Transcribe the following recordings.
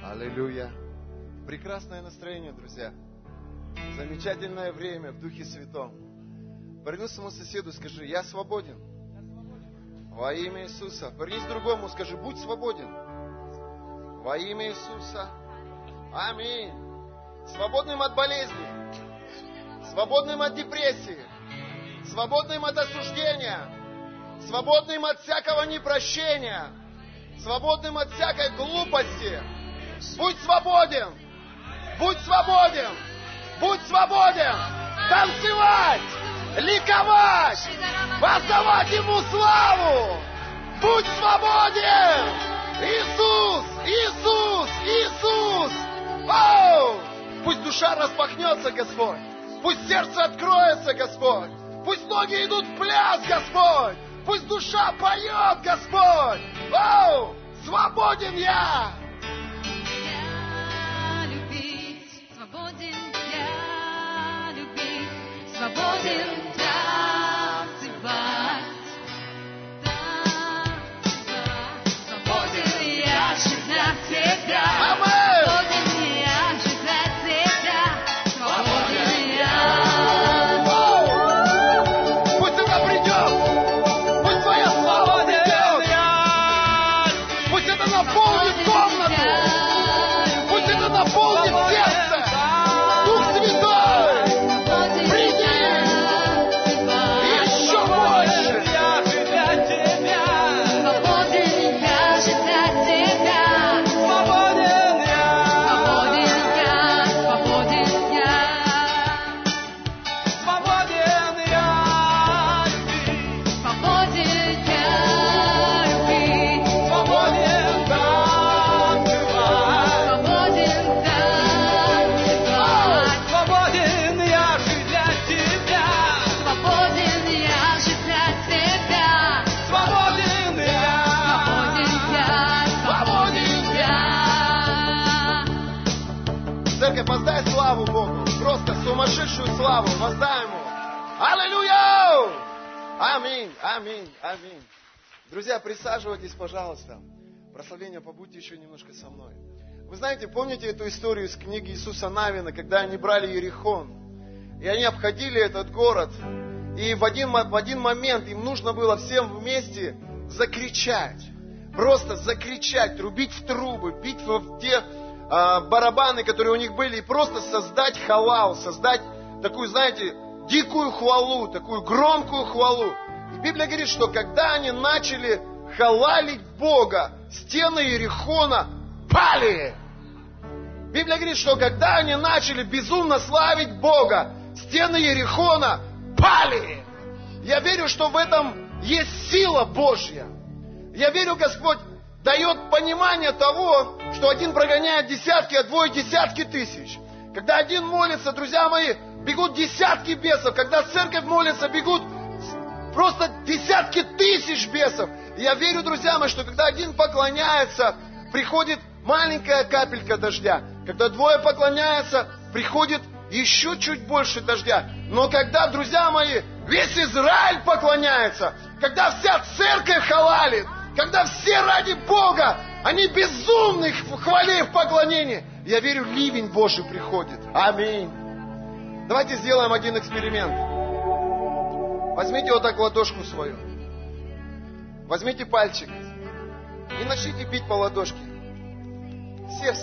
Аллилуйя. Прекрасное настроение, друзья. Замечательное время в Духе Святом. Повернись к своему соседу, скажи: я свободен. Во имя Иисуса. Повернись к другому, скажи: будь свободен. Во имя Иисуса. Аминь. Свободным от болезни. Свободным от депрессии. Свободным от осуждения. Свободным от всякого непрощения. Свободным от всякой глупости. Будь свободен. Будь свободен. Будь свободен. Танцевать. Ликовать. Воздавать Ему славу. Будь свободен. Иисус. Иисус. Иисус. Оу! Пусть душа распахнется, Господь. Пусть сердце откроется, Господь. Пусть ноги идут в пляс, Господь. Пусть душа поет, Господь. Оу! Свободен я! Я любить, свободен я любить, свободен танцевать, свободен я жить для Тебя. Свободен я жить для Тебя. Свободен я. Пусть это придет! Пусть Твоя слава придет! Пусть это наполнит комнату! Пусть это наполнит сердце! Дух Святой! Приди! Еще больше! Свободен я жить для Тебя. Свободен я. Свободен я. Свободен я любить. Свободен танцевать. Свободен я жить для Тебя. Свободен я жить для Тебя. Свободен я. Свободен я. Церковь, воздай славу Богу! Просто сумасшедшую славу воздай Ему! Аллилуйя! Аминь, аминь, аминь. Друзья, присаживайтесь, пожалуйста. Прославление, побудьте еще немножко со мной. Вы знаете, помните эту историю из книги Иисуса Навина, когда они брали Иерихон, и они обходили этот город, и в один момент им нужно было всем вместе закричать, просто закричать, трубить в трубы, бить в те барабаны, которые у них были, и просто создать халал, создать такую, знаете, дикую хвалу, такую громкую хвалу. И Библия говорит, что когда они начали халалить Бога, стены Иерихона пали. Библия говорит, что когда они начали безумно славить Бога, стены Иерихона пали. Я верю, что в этом есть сила Божья. Я верю, Господь дает понимание того, что один прогоняет десятки, а двое десятки тысяч. Когда один молится, друзья мои, бегут десятки бесов. Когда церковь молится, бегут просто десятки тысяч бесов. И я верю, друзья мои, что когда один поклоняется, приходит маленькая капелька дождя. Когда двое поклоняются, приходит еще чуть больше дождя. Но когда, друзья мои, весь Израиль поклоняется, когда вся церковь халалит, когда все ради Бога, они безумны в хвале и в поклонении, я верю, ливень Божий приходит. Аминь. Давайте сделаем один эксперимент. Возьмите вот так ладошку свою. Возьмите пальчик и начните бить по ладошке. Все.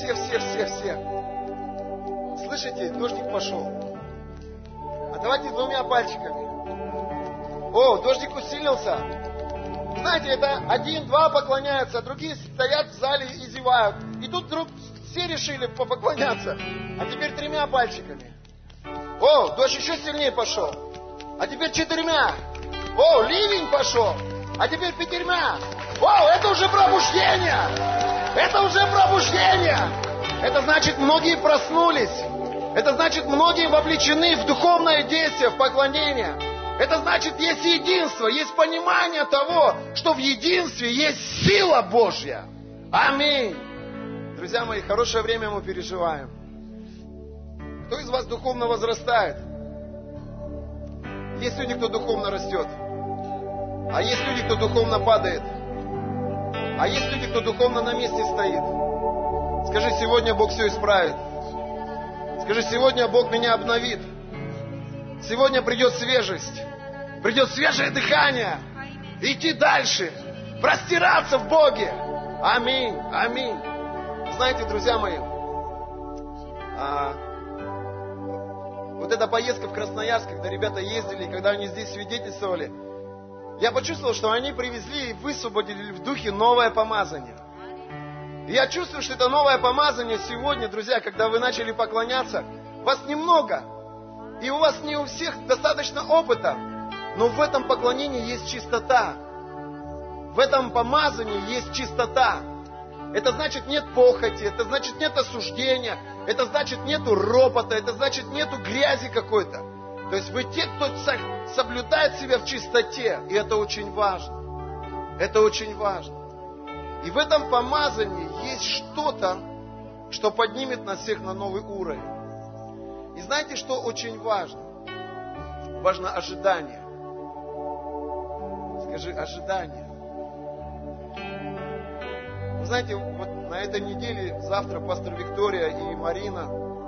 Слышите, дождик пошел. А давайте двумя пальчиками. О, дождик усилился. Знаете, это один-два поклоняются, а другие стоят в зале и зевают. И тут вдруг все решили попоклоняться. А теперь тремя пальчиками. О, дождь еще сильнее пошел. А теперь четырьмя. О, ливень пошел. А теперь пятерьмя. О, это уже пробуждение. Это уже пробуждение. Это значит, многие проснулись. Это значит, многие вовлечены в духовное действие, в поклонение. Это значит, есть единство, есть понимание того, что в единстве есть сила Божья. Аминь. Друзья мои, хорошее время мы переживаем. Кто из вас духовно возрастает? Есть люди, кто духовно растет. А есть люди, кто духовно падает. А есть люди, кто духовно на месте стоит. Скажи, сегодня Бог все исправит. Скажи, сегодня Бог меня обновит. Сегодня придет свежесть. Придет свежее дыхание. Идти дальше. Простираться в Боге. Аминь. Аминь. Знаете, друзья мои, вот эта поездка в Красноярск, когда ребята ездили, когда они здесь свидетельствовали, я почувствовал, что они привезли и высвободили в духе новое помазание. И я чувствую, что это новое помазание сегодня, друзья, когда вы начали поклоняться, вас немного, и у вас не у всех достаточно опыта, но в этом поклонении есть чистота. В этом помазании есть чистота. Это значит нет похоти, это значит нет осуждения, это значит нету ропота, это значит нету грязи какой-то. То есть вы те, кто соблюдает себя в чистоте, и это очень важно. Это очень важно. И в этом помазании есть что-то, что поднимет нас всех на новый уровень. И знаете, что очень важно? Важно ожидание. Скажи, ожидание. Вы знаете, вот на этой неделе, завтра пастор Виктория и Марина,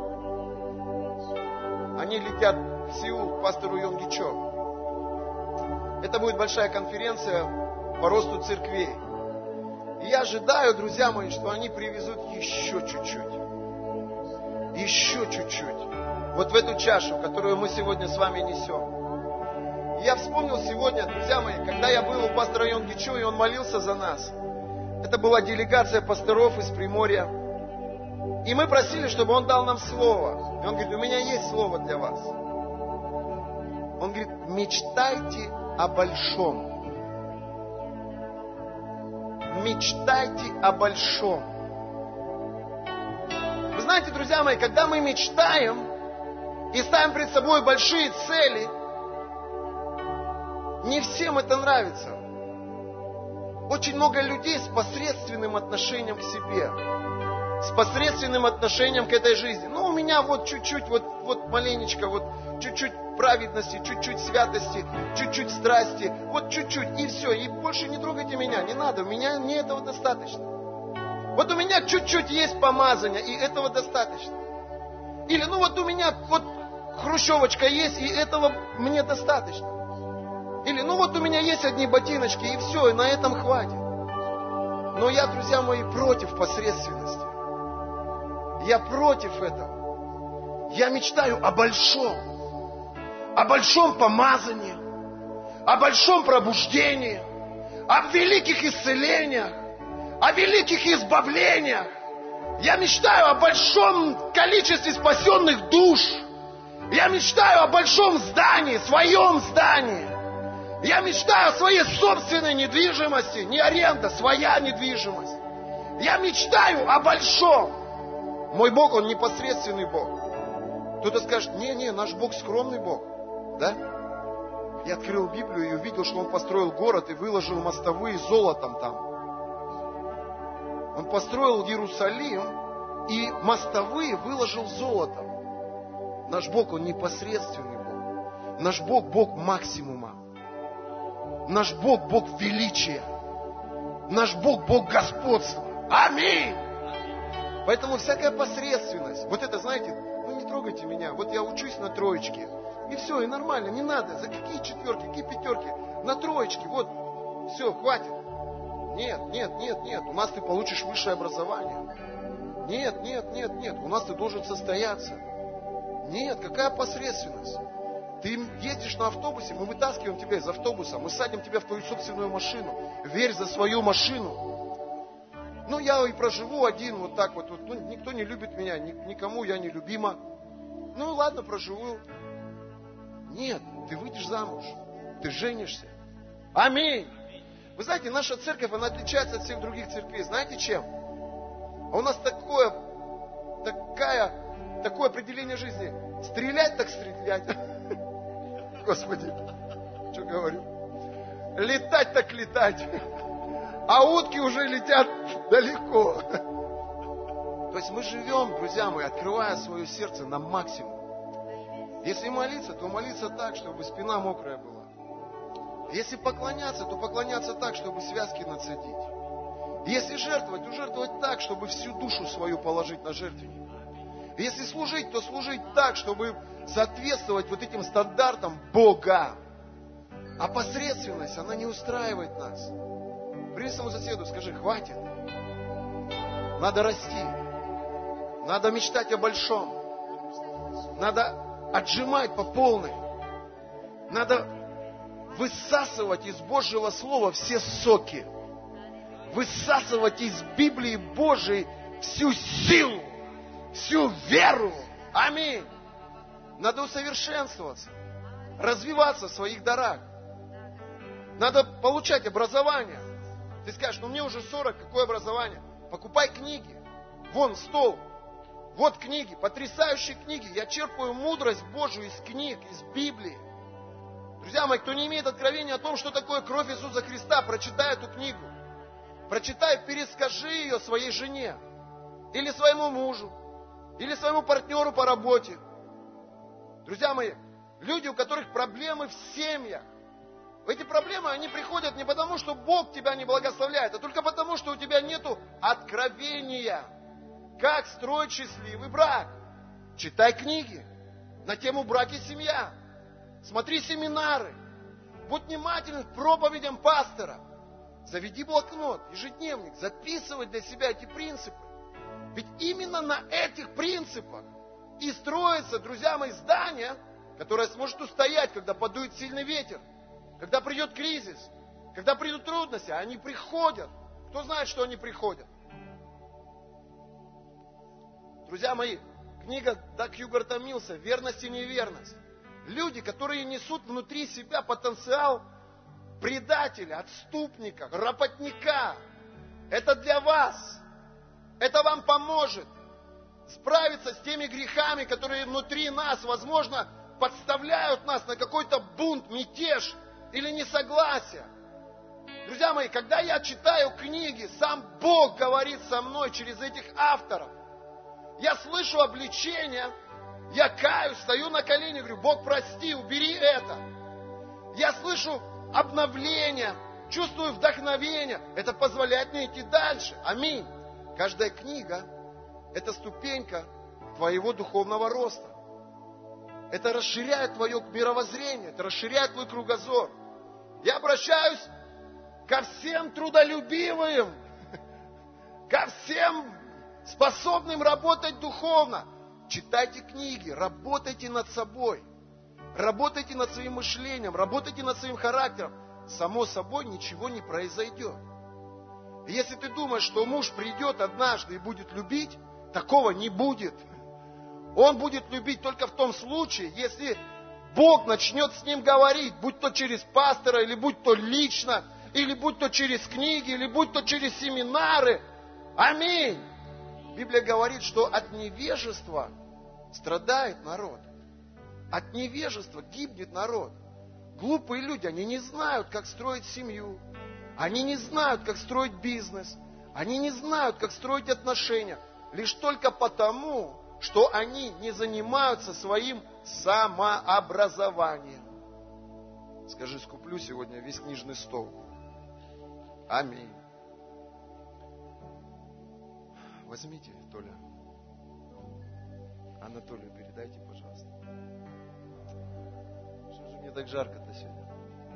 они летят в Сеул к пастору Йонгичо. Это будет большая конференция по росту церквей. И я ожидаю, друзья мои, что они привезут еще чуть-чуть. Еще чуть-чуть. Вот в эту чашу, которую мы сегодня с вами несем. И я вспомнил сегодня, друзья мои, когда я был у пастора Йонгичо, и он молился за нас. Это была делегация пасторов из Приморья. И мы просили, чтобы он дал нам слово. И он говорит, у меня есть слово для вас. Он говорит, мечтайте о большом. Мечтайте о большом. Вы знаете, друзья мои, когда мы мечтаем и ставим перед собой большие цели, не всем это нравится. Очень много людей с посредственным отношением к себе, с посредственным отношением к этой жизни. Ну, у меня вот чуть-чуть, вот маленечко, вот чуть-чуть праведности, чуть-чуть святости, чуть-чуть страсти, вот чуть-чуть, и все. И больше не трогайте меня, не надо, у меня не этого достаточно. Вот у меня чуть-чуть есть помазания, и этого достаточно. Или, ну вот у меня вот хрущевочка есть, и этого мне достаточно. Или, ну вот у меня есть одни ботиночки, и все, и на этом хватит. Но я, друзья мои, против посредственности. Я против этого. Я мечтаю о большом помазании, о большом пробуждении, о великих исцелениях, о великих избавлениях. Я мечтаю о большом количестве спасенных душ. Я мечтаю о большом здании, своем здании. Я мечтаю о своей собственной недвижимости, не аренда, своя недвижимость. Я мечтаю о большом. Мой Бог, Он непосредственный Бог. Кто-то скажет, не, наш Бог скромный Бог. Да? Я открыл Библию и увидел, что Он построил город и выложил мостовые золотом там. Он построил Иерусалим и мостовые выложил золотом. Наш Бог, Он непосредственный Бог. Наш Бог, Бог максимума. Наш Бог, Бог величия. Наш Бог, Бог господства. Аминь! Поэтому всякая посредственность, вот это, знаете, ну не трогайте меня, вот я учусь на троечке, и все, и нормально, не надо, за какие четверки, какие пятерки, на троечке, вот, все, хватит. Нет, у нас ты получишь высшее образование. Нет, у нас ты должен состояться. Нет, какая посредственность? Ты ездишь на автобусе, мы вытаскиваем тебя из автобуса, мы садим тебя в твою собственную машину. Верь за свою машину. Ну, я и проживу один вот так вот. Ну, никто не любит меня, никому я не любима. Ну, ладно, проживу. Нет, ты выйдешь замуж, ты женишься. Аминь. Вы знаете, наша церковь, она отличается от всех других церквей. Знаете чем? А у нас такое определение жизни. Стрелять так стрелять. Господи, что говорю? Летать так летать. А утки уже летят далеко. То есть мы живем, друзья мои, открывая свое сердце на максимум. Если молиться, то молиться так, чтобы спина мокрая была. Если поклоняться, то поклоняться так, чтобы связки нацедить. Если жертвовать, то жертвовать так, чтобы всю душу свою положить на жертвенник. Если служить, то служить так, чтобы соответствовать вот этим стандартам Бога. А посредственность, она не устраивает нас. Приведи своему соседу, скажи, хватит. Надо расти. Надо мечтать о большом. Надо отжимать по полной. Надо высасывать из Божьего Слова все соки. Высасывать из Библии Божией всю силу, всю веру. Аминь. Надо усовершенствоваться, развиваться в своих дарах. Надо получать образование. Ты скажешь, ну мне уже 40, какое образование? Покупай книги. Вон стол. Вот книги, потрясающие книги. Я черпаю мудрость Божию из книг, из Библии. Друзья мои, кто не имеет откровения о том, что такое кровь Иисуса Христа, прочитай эту книгу. Прочитай, перескажи ее своей жене. Или своему мужу. Или своему партнеру по работе. Друзья мои, люди, у которых проблемы в семьях. Эти проблемы, они приходят не потому, что Бог тебя не благословляет, а только потому, что у тебя нету откровения. Как строить счастливый брак? Читай книги на тему брак и семья. Смотри семинары. Будь внимателен к проповедям пастора. Заведи блокнот, ежедневник, записывай для себя эти принципы. Ведь именно на этих принципах и строится, друзья мои, здание, которое сможет устоять, когда подует сильный ветер, когда придет кризис, когда придут трудности. А они приходят. Кто знает, что они приходят? Друзья мои, книга Даг Хьюгарта Милса «Верность и неверность». Люди, которые несут внутри себя потенциал предателя, отступника, работника. Это для вас. Это вам поможет справиться с теми грехами, которые внутри нас, возможно, подставляют нас на какой-то бунт, мятеж или несогласие. Друзья мои, когда я читаю книги, сам Бог говорит со мной через этих авторов. Я слышу обличение, я каюсь, стою на колени, говорю, Бог, прости, убери это. Я слышу обновление, чувствую вдохновение. Это позволяет мне идти дальше. Аминь. Каждая книга – это ступенька твоего духовного роста. Это расширяет твое мировоззрение, это расширяет твой кругозор. Я обращаюсь ко всем трудолюбивым, ко всем способным работать духовно. Читайте книги, работайте над собой, работайте над своим мышлением, работайте над своим характером. Само собой ничего не произойдет. И если ты думаешь, что муж придет однажды и будет любить, такого не будет. Он будет любить только в том случае, если Бог начнет с ним говорить, будь то через пастора, или будь то лично, или будь то через книги, или будь то через семинары. Аминь. Библия говорит, что от невежества страдает народ. От невежества гибнет народ. Глупые люди, они не знают, как строить семью. Они не знают, как строить бизнес. Они не знают, как строить отношения. Лишь только потому, что они не занимаются своим самообразованием. Скажи, скуплю сегодня весь книжный стол. Аминь. Возьмите, Толя. Анатолию передайте, пожалуйста. Что же мне так жарко-то сегодня?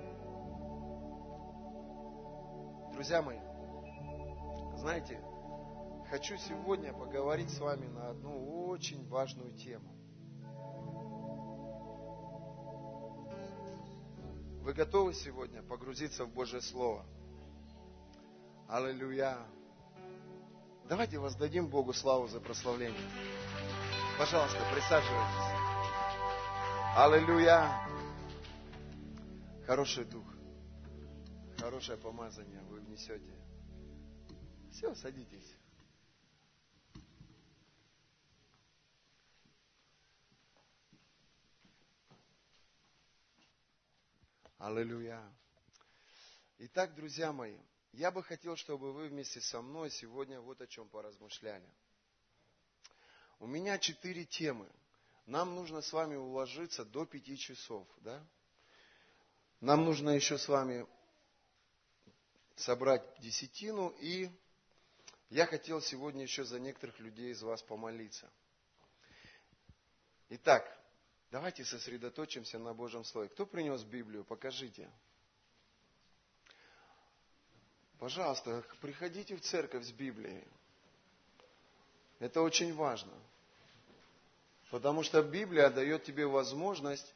Друзья мои, знаете, хочу сегодня поговорить с вами на одну очень важную тему. Вы готовы сегодня погрузиться в Божье Слово? Аллилуйя! Давайте воздадим Богу славу за прославление. Пожалуйста, присаживайтесь. Аллилуйя! Хороший дух, хорошее помазание вы внесете. Все, садитесь. Аллилуйя. Итак, друзья мои, я бы хотел, чтобы вы вместе со мной сегодня вот о чем поразмышляли. У меня 4 темы. Нам нужно с вами уложиться до 5 часов, да? Нам нужно еще с вами собрать десятину и я хотел сегодня еще за некоторых людей из вас помолиться. Итак, давайте сосредоточимся на Божьем Слове. Кто принес Библию? Покажите. Пожалуйста, приходите в церковь с Библией. Это очень важно. Потому что Библия дает тебе возможность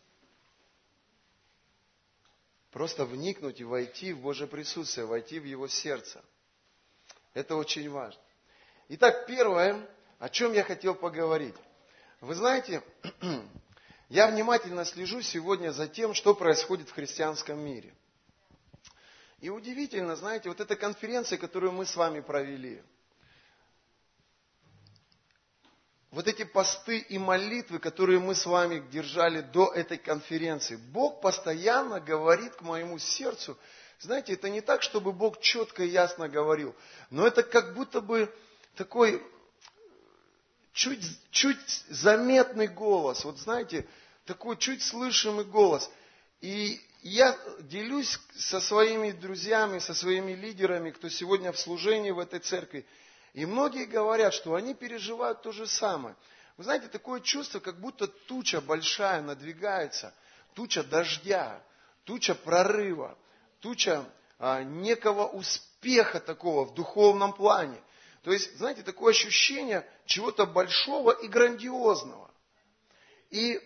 просто вникнуть и войти в Божье присутствие, войти в Его сердце. Это очень важно. Итак, первое, о чем я хотел поговорить. Вы знаете, я внимательно слежу сегодня за тем, что происходит в христианском мире. И удивительно, знаете, вот эта конференция, которую мы с вами провели, вот эти посты и молитвы, которые мы с вами держали до этой конференции, Бог постоянно говорит к моему сердцу. Знаете, это не так, чтобы Бог четко и ясно говорил, но это как будто бы такой чуть заметный голос. Вот знаете, такой чуть слышимый голос. И я делюсь со своими друзьями, со своими лидерами, кто сегодня в служении в этой церкви. И многие говорят, что они переживают то же самое. Вы знаете, такое чувство, как будто туча большая надвигается, туча дождя, туча прорыва, туча некого успеха такого в духовном плане. То есть, знаете, такое ощущение чего-то большого и грандиозного. И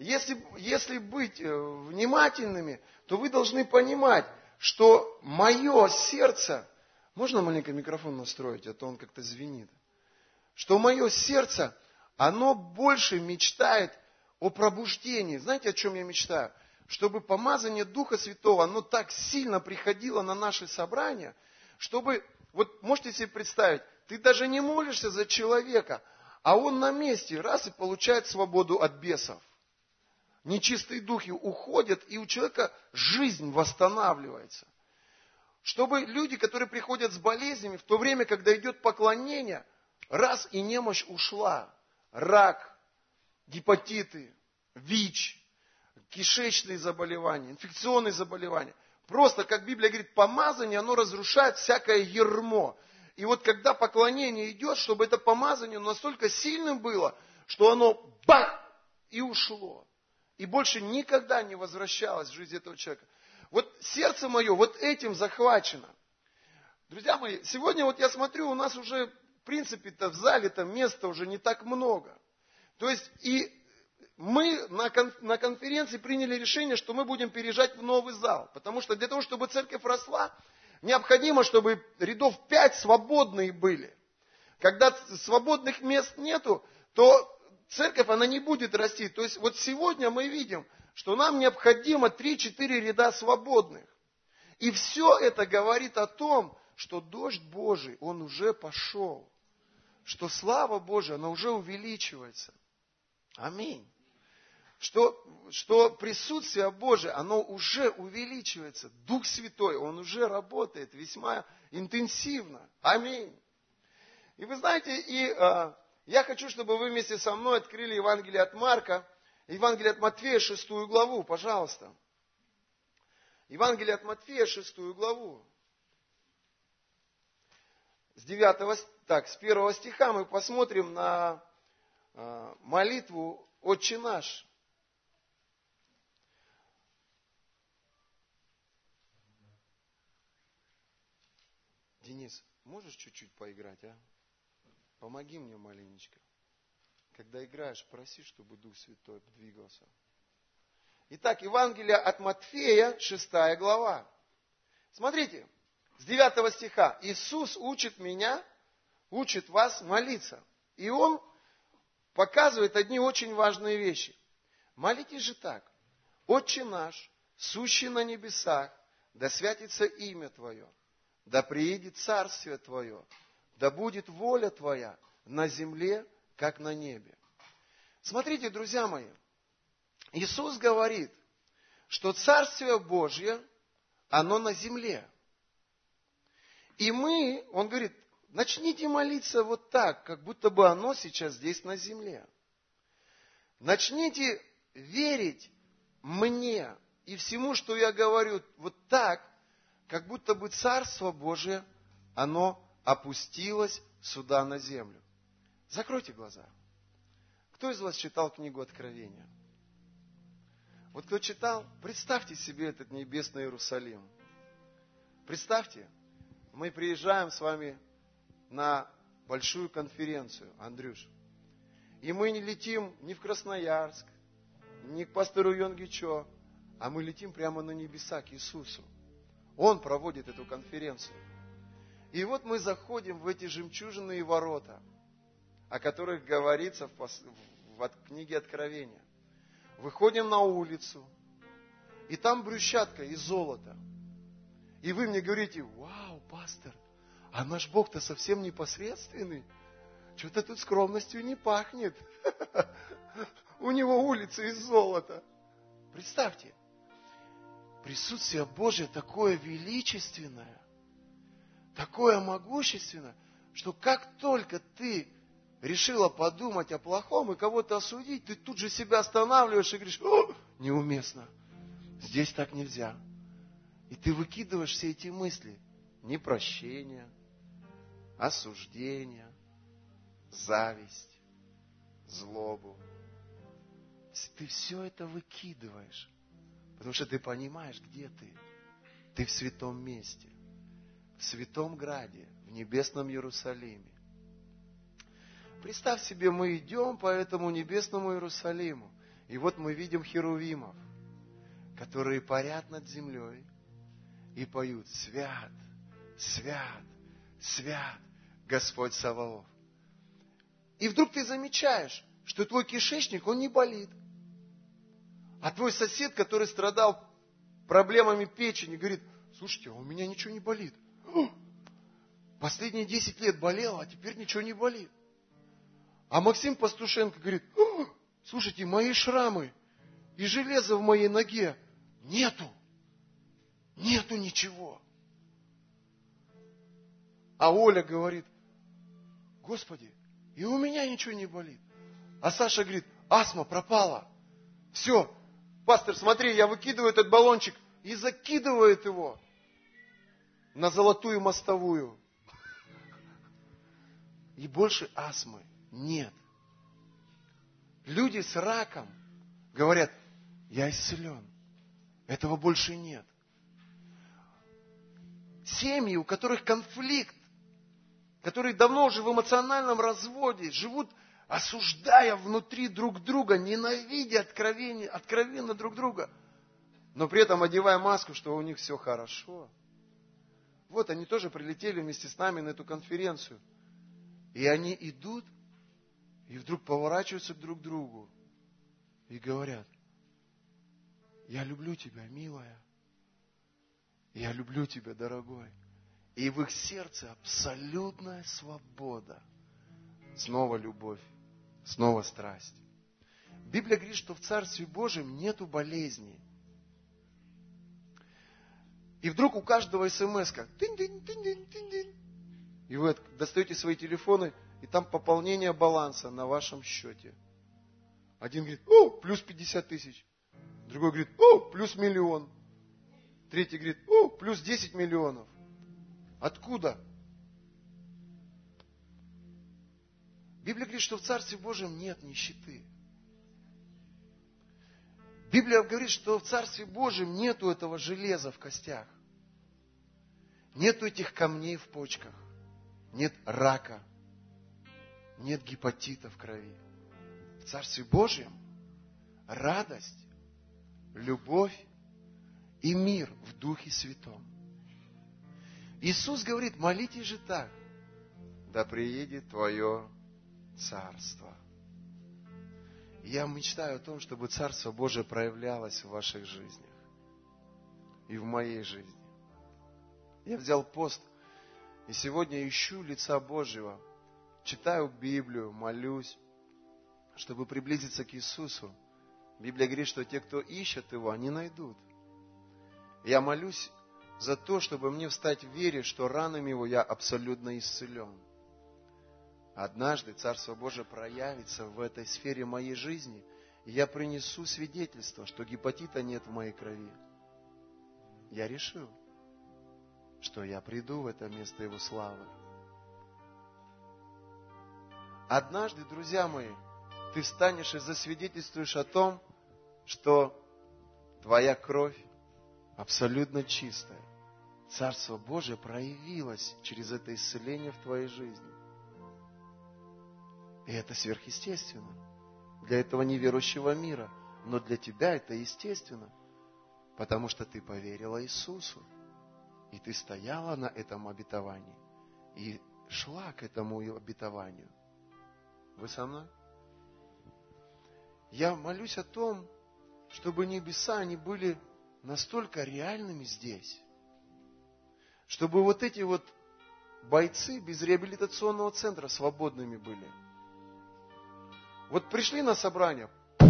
если быть внимательными, то вы должны понимать, что мое сердце... Можно маленько микрофон настроить, а то он как-то звенит. Что мое сердце, оно больше мечтает о пробуждении. Знаете, о чем я мечтаю? Чтобы помазание Духа Святого, оно так сильно приходило на наши собрания, чтобы, вот можете себе представить, ты даже не молишься за человека, а он на месте раз и получает свободу от бесов. Нечистые духи уходят, и у человека жизнь восстанавливается. Чтобы люди, которые приходят с болезнями, в то время, когда идет поклонение, раз и немощь ушла. Рак, гепатиты, ВИЧ, кишечные заболевания, инфекционные заболевания. Просто, как Библия говорит, помазание, оно разрушает всякое ярмо. И вот когда поклонение идет, чтобы это помазание настолько сильным было, что оно бах! И ушло. И больше никогда не возвращалось в жизнь этого человека. Вот сердце мое вот этим захвачено. Друзья мои, сегодня вот я смотрю, у нас уже, в принципе-то, в зале-то места уже не так много. То есть, и мы на конференции приняли решение, что мы будем переезжать в новый зал. Потому что для того, чтобы церковь росла, необходимо, чтобы рядов 5 свободные были. Когда свободных мест нету, то церковь, она не будет расти. То есть, вот сегодня мы видим, что нам необходимо 3-4 ряда свободных. И все это говорит о том, что дождь Божий, он уже пошел. Что слава Божия, она уже увеличивается. Аминь. Что присутствие Божие, оно уже увеличивается. Дух Святой, он уже работает весьма интенсивно. Аминь. И вы знаете, я хочу, чтобы вы вместе со мной открыли Евангелие от Марка, Евангелие от Матфея, 6 главу, пожалуйста. Евангелие от Матфея, 6 главу. С 1 стиха мы посмотрим на молитву «Отче наш». Денис, можешь чуть-чуть поиграть, а? Помоги мне маленечко. Когда играешь, проси, чтобы Дух Святой двигался. Итак, Евангелие от Матфея, 6 глава. Смотрите, с 9 стиха. Иисус учит вас молиться. И Он показывает одни очень важные вещи. Молитесь же так. Отче наш, сущий на небесах, да святится имя Твое, да приидет царствие Твое, да будет воля Твоя на земле, как на небе. Смотрите, друзья мои, Иисус говорит, что Царствие Божье, оно на земле. И Он говорит, начните молиться вот так, как будто бы оно сейчас здесь на земле. Начните верить мне и всему, что я говорю, вот так, как будто бы Царство Божие, оно опустилось суда на землю. Закройте глаза. Кто из вас читал книгу Откровения? Вот кто читал, представьте себе этот небесный Иерусалим. Представьте, мы приезжаем с вами на большую конференцию, Андрюш. И мы не летим ни в Красноярск, ни к пастору Йонги Чо, а мы летим прямо на небеса к Иисусу. Он проводит эту конференцию. И вот мы заходим в эти жемчужные ворота, о которых говорится в книге Откровения. Выходим на улицу, и там брусчатка из золота. И вы мне говорите: вау, пастор, а наш Бог-то совсем непосредственный. Что-то тут скромностью не пахнет. У него улица из золота. Представьте, присутствие Божие такое величественное, такое могущественное, что как только ты решила подумать о плохом и кого-то осудить, ты тут же себя останавливаешь и говоришь: неуместно, здесь так нельзя. И ты выкидываешь все эти мысли: непрощение, осуждение, зависть, злобу. Ты все это выкидываешь, потому что ты понимаешь, где ты. Ты в святом месте, в святом граде, в небесном Иерусалиме. Представь себе, мы идем по этому небесному Иерусалиму, и вот мы видим херувимов, которые парят над землей и поют: свят, свят, свят Господь Саваоф. И вдруг ты замечаешь, что твой кишечник, он не болит. А твой сосед, который страдал проблемами печени, говорит: слушайте, а у меня ничего не болит. Последние 10 лет болело, а теперь ничего не болит. А Максим Пастушенко говорит: слушайте, мои шрамы и железа в моей ноге нету. Нету ничего. А Оля говорит: Господи, и у меня ничего не болит. А Саша говорит: астма пропала. Все, пастор, смотри, я выкидываю этот баллончик и закидывает его на золотую мостовую. И больше астмы нет. Люди с раком говорят: я исцелен. Этого больше нет. Семьи, у которых конфликт, которые давно уже в эмоциональном разводе, живут, осуждая внутри друг друга, ненавидя откровенно друг друга, но при этом одевая маску, что у них все хорошо. Вот они тоже прилетели вместе с нами на эту конференцию. И они идут, и вдруг поворачиваются друг к другу и говорят: я люблю тебя, милая. Я люблю тебя, дорогой. И в их сердце абсолютная свобода. Снова любовь, снова страсть. Библия говорит, что в Царстве Божьем нету болезней. И вдруг у каждого смс-ка. И вы достаете свои телефоны, и там пополнение баланса на вашем счете. Один говорит: плюс 50 тысяч. Другой говорит: плюс 1 миллион. Третий говорит: плюс 10 миллионов. Откуда? Библия говорит, что в Царстве Божьем нет нищеты. Библия говорит, что в Царстве Божьем нету этого железа в костях. Нету этих камней в почках. Нет рака. Нет гепатита в крови. В Царстве Божьем радость, любовь и мир в Духе Святом. Иисус говорит: молитесь же так: да приедет Твое Царство. И я мечтаю о том, чтобы Царство Божие проявлялось в ваших жизнях. И в моей жизни. Я взял пост, и сегодня ищу лица Божьего. Читаю Библию, молюсь, чтобы приблизиться к Иисусу. Библия говорит, что те, кто ищет Его, они найдут. Я молюсь за то, чтобы мне встать в вере, что ранами Его я абсолютно исцелен. Однажды Царство Божие проявится в этой сфере моей жизни, и я принесу свидетельство, что гепатита нет в моей крови. Я решил, что я приду в это место Его славы. однажды, друзья мои, ты встанешь и засвидетельствуешь о том, что твоя кровь абсолютно чистая. Царство Божие проявилось через это исцеление в твоей жизни. И это сверхъестественно для этого неверующего мира. Но для тебя это естественно, потому что ты поверила Иисусу. И ты стояла на этом обетовании. И шла к этому обетованию. Вы со мной? Я молюсь о том, чтобы небеса, они были настолько реальными здесь, чтобы вот эти вот бойцы без реабилитационного центра свободными были. Вот пришли на собрание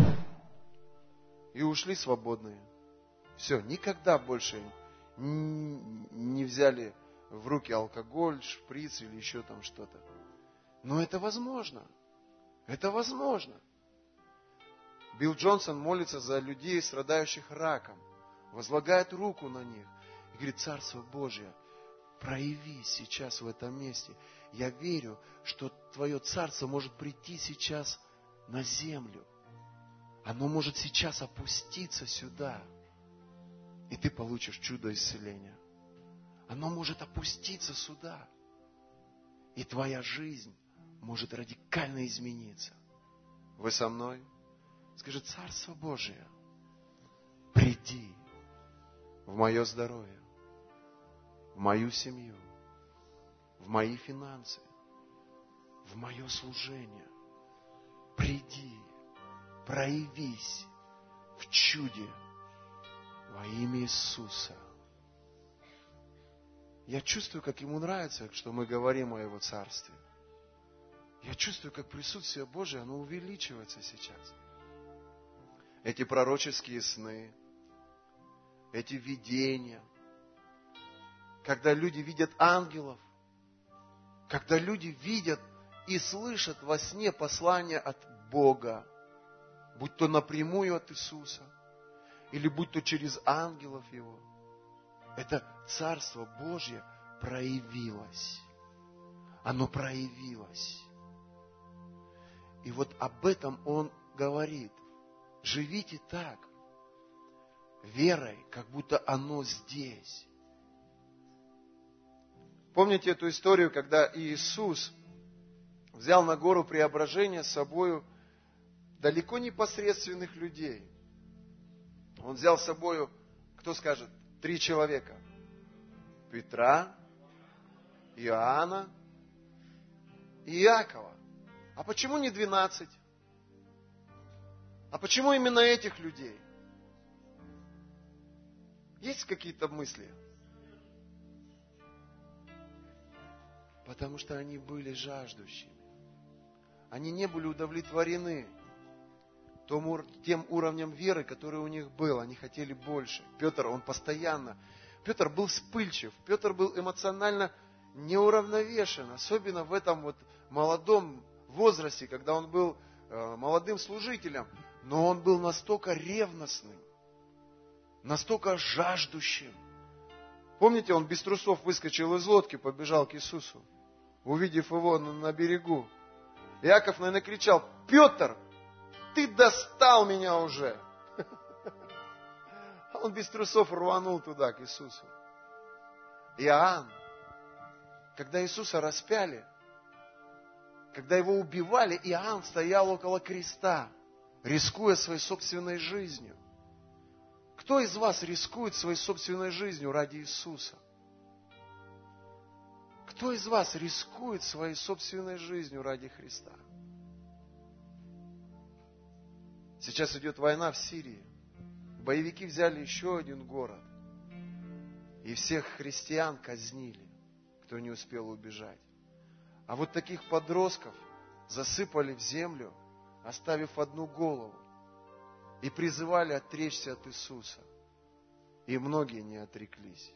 и ушли свободные. Все, никогда больше не взяли в руки алкоголь, шприц или еще там что-то. Но это возможно. Это возможно. Билл Джонсон молится за людей, страдающих раком, возлагает руку на них и говорит: Царство Божие, проявись сейчас в этом месте. Я верю, что Твое Царство может прийти сейчас на землю. Оно может сейчас опуститься сюда. И ты получишь чудо исцеления. Оно может опуститься сюда. И твоя жизнь может радикально измениться. Вы со мной? Скажи: Царство Божие, приди в мое здоровье, в мою семью, в мои финансы, в мое служение. Приди, проявись в чуде во имя Иисуса. Я чувствую, как Ему нравится, что мы говорим о Его Царстве. Я чувствую, как присутствие Божие, оно увеличивается сейчас. Эти пророческие сны, эти видения, когда люди видят ангелов, когда люди видят и слышат во сне послание от Бога, будь то напрямую от Иисуса, или будь то через ангелов Его. Это Царство Божье проявилось. Оно проявилось. И вот об этом Он говорит. Живите так, верой, как будто оно здесь. Помните эту историю, когда Иисус взял на гору преображения с собою далеко не посредственных людей. Он взял с собою, кто скажет, 3 человека. Петра, Иоанна и Иакова. А почему не 12? А почему именно этих людей? Есть какие-то мысли? Потому что они были жаждущими. Они не были удовлетворены тем уровнем веры, который у них был. Они хотели больше. Петр был вспыльчив. Петр был эмоционально неуравновешен. Особенно в этом вот молодом возрасте, когда он был молодым служителем. Но он был настолько ревностным, настолько жаждущим. Помните, он без трусов выскочил из лодки, побежал к Иисусу, увидев его на берегу. Иаков, наверное, кричал: Петр, ты достал меня уже. А он без трусов рванул туда, к Иисусу. Иоанн, когда Иисуса распяли, когда его убивали, Иоанн стоял около креста, рискуя своей собственной жизнью. Кто из вас рискует своей собственной жизнью ради Иисуса? Кто из вас рискует своей собственной жизнью ради Христа? Сейчас идет война в Сирии. Боевики взяли еще один город. И всех христиан казнили, кто не успел убежать. А вот таких подростков засыпали в землю, оставив одну голову. И призывали отречься от Иисуса. И многие не отреклись.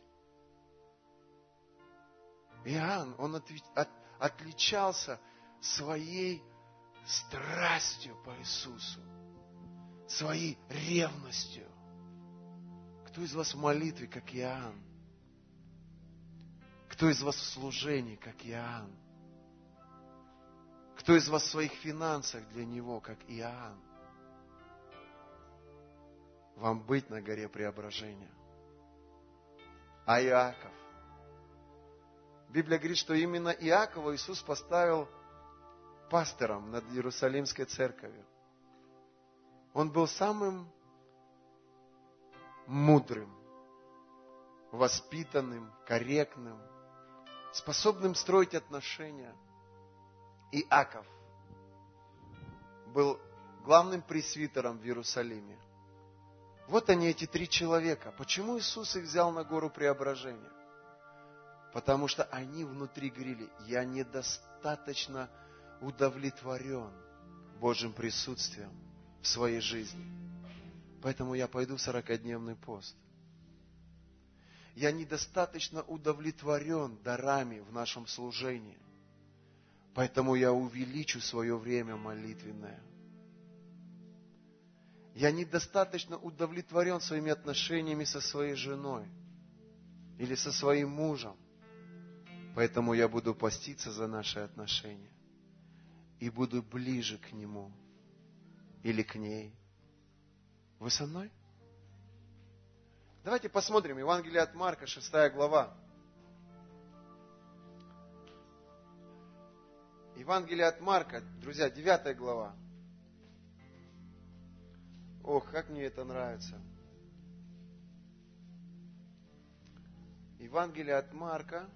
Иоанн, он отличался своей страстью по Иисусу, своей ревностью. Кто из вас в молитве, как Иоанн? Кто из вас в служении, как Иоанн? Кто из вас в своих финансах для него, как Иоанн? Вам быть на горе преображения. А Иаков? Библия говорит, что именно Иакова Иисус поставил пастором над Иерусалимской церковью. Он был самым мудрым, воспитанным, корректным, способным строить отношения. Иаков был главным пресвитером в Иерусалиме. Вот они, эти три человека. Почему Иисус их взял на гору преображения? Потому что они внутри говорили: я недостаточно удовлетворен Божьим присутствием в своей жизни. Поэтому я пойду в 40-дневный пост. Я недостаточно удовлетворен дарами в нашем служении. Поэтому я увеличу свое время молитвенное. Я недостаточно удовлетворен своими отношениями со своей женой или со своим мужем. Поэтому я буду поститься за наши отношения и буду ближе к нему или к ней. Вы со мной? Давайте посмотрим Евангелие от Марка, 6 глава. Евангелие от Марка, друзья, 9 глава. Ох, как мне это нравится. Евангелие от Марка,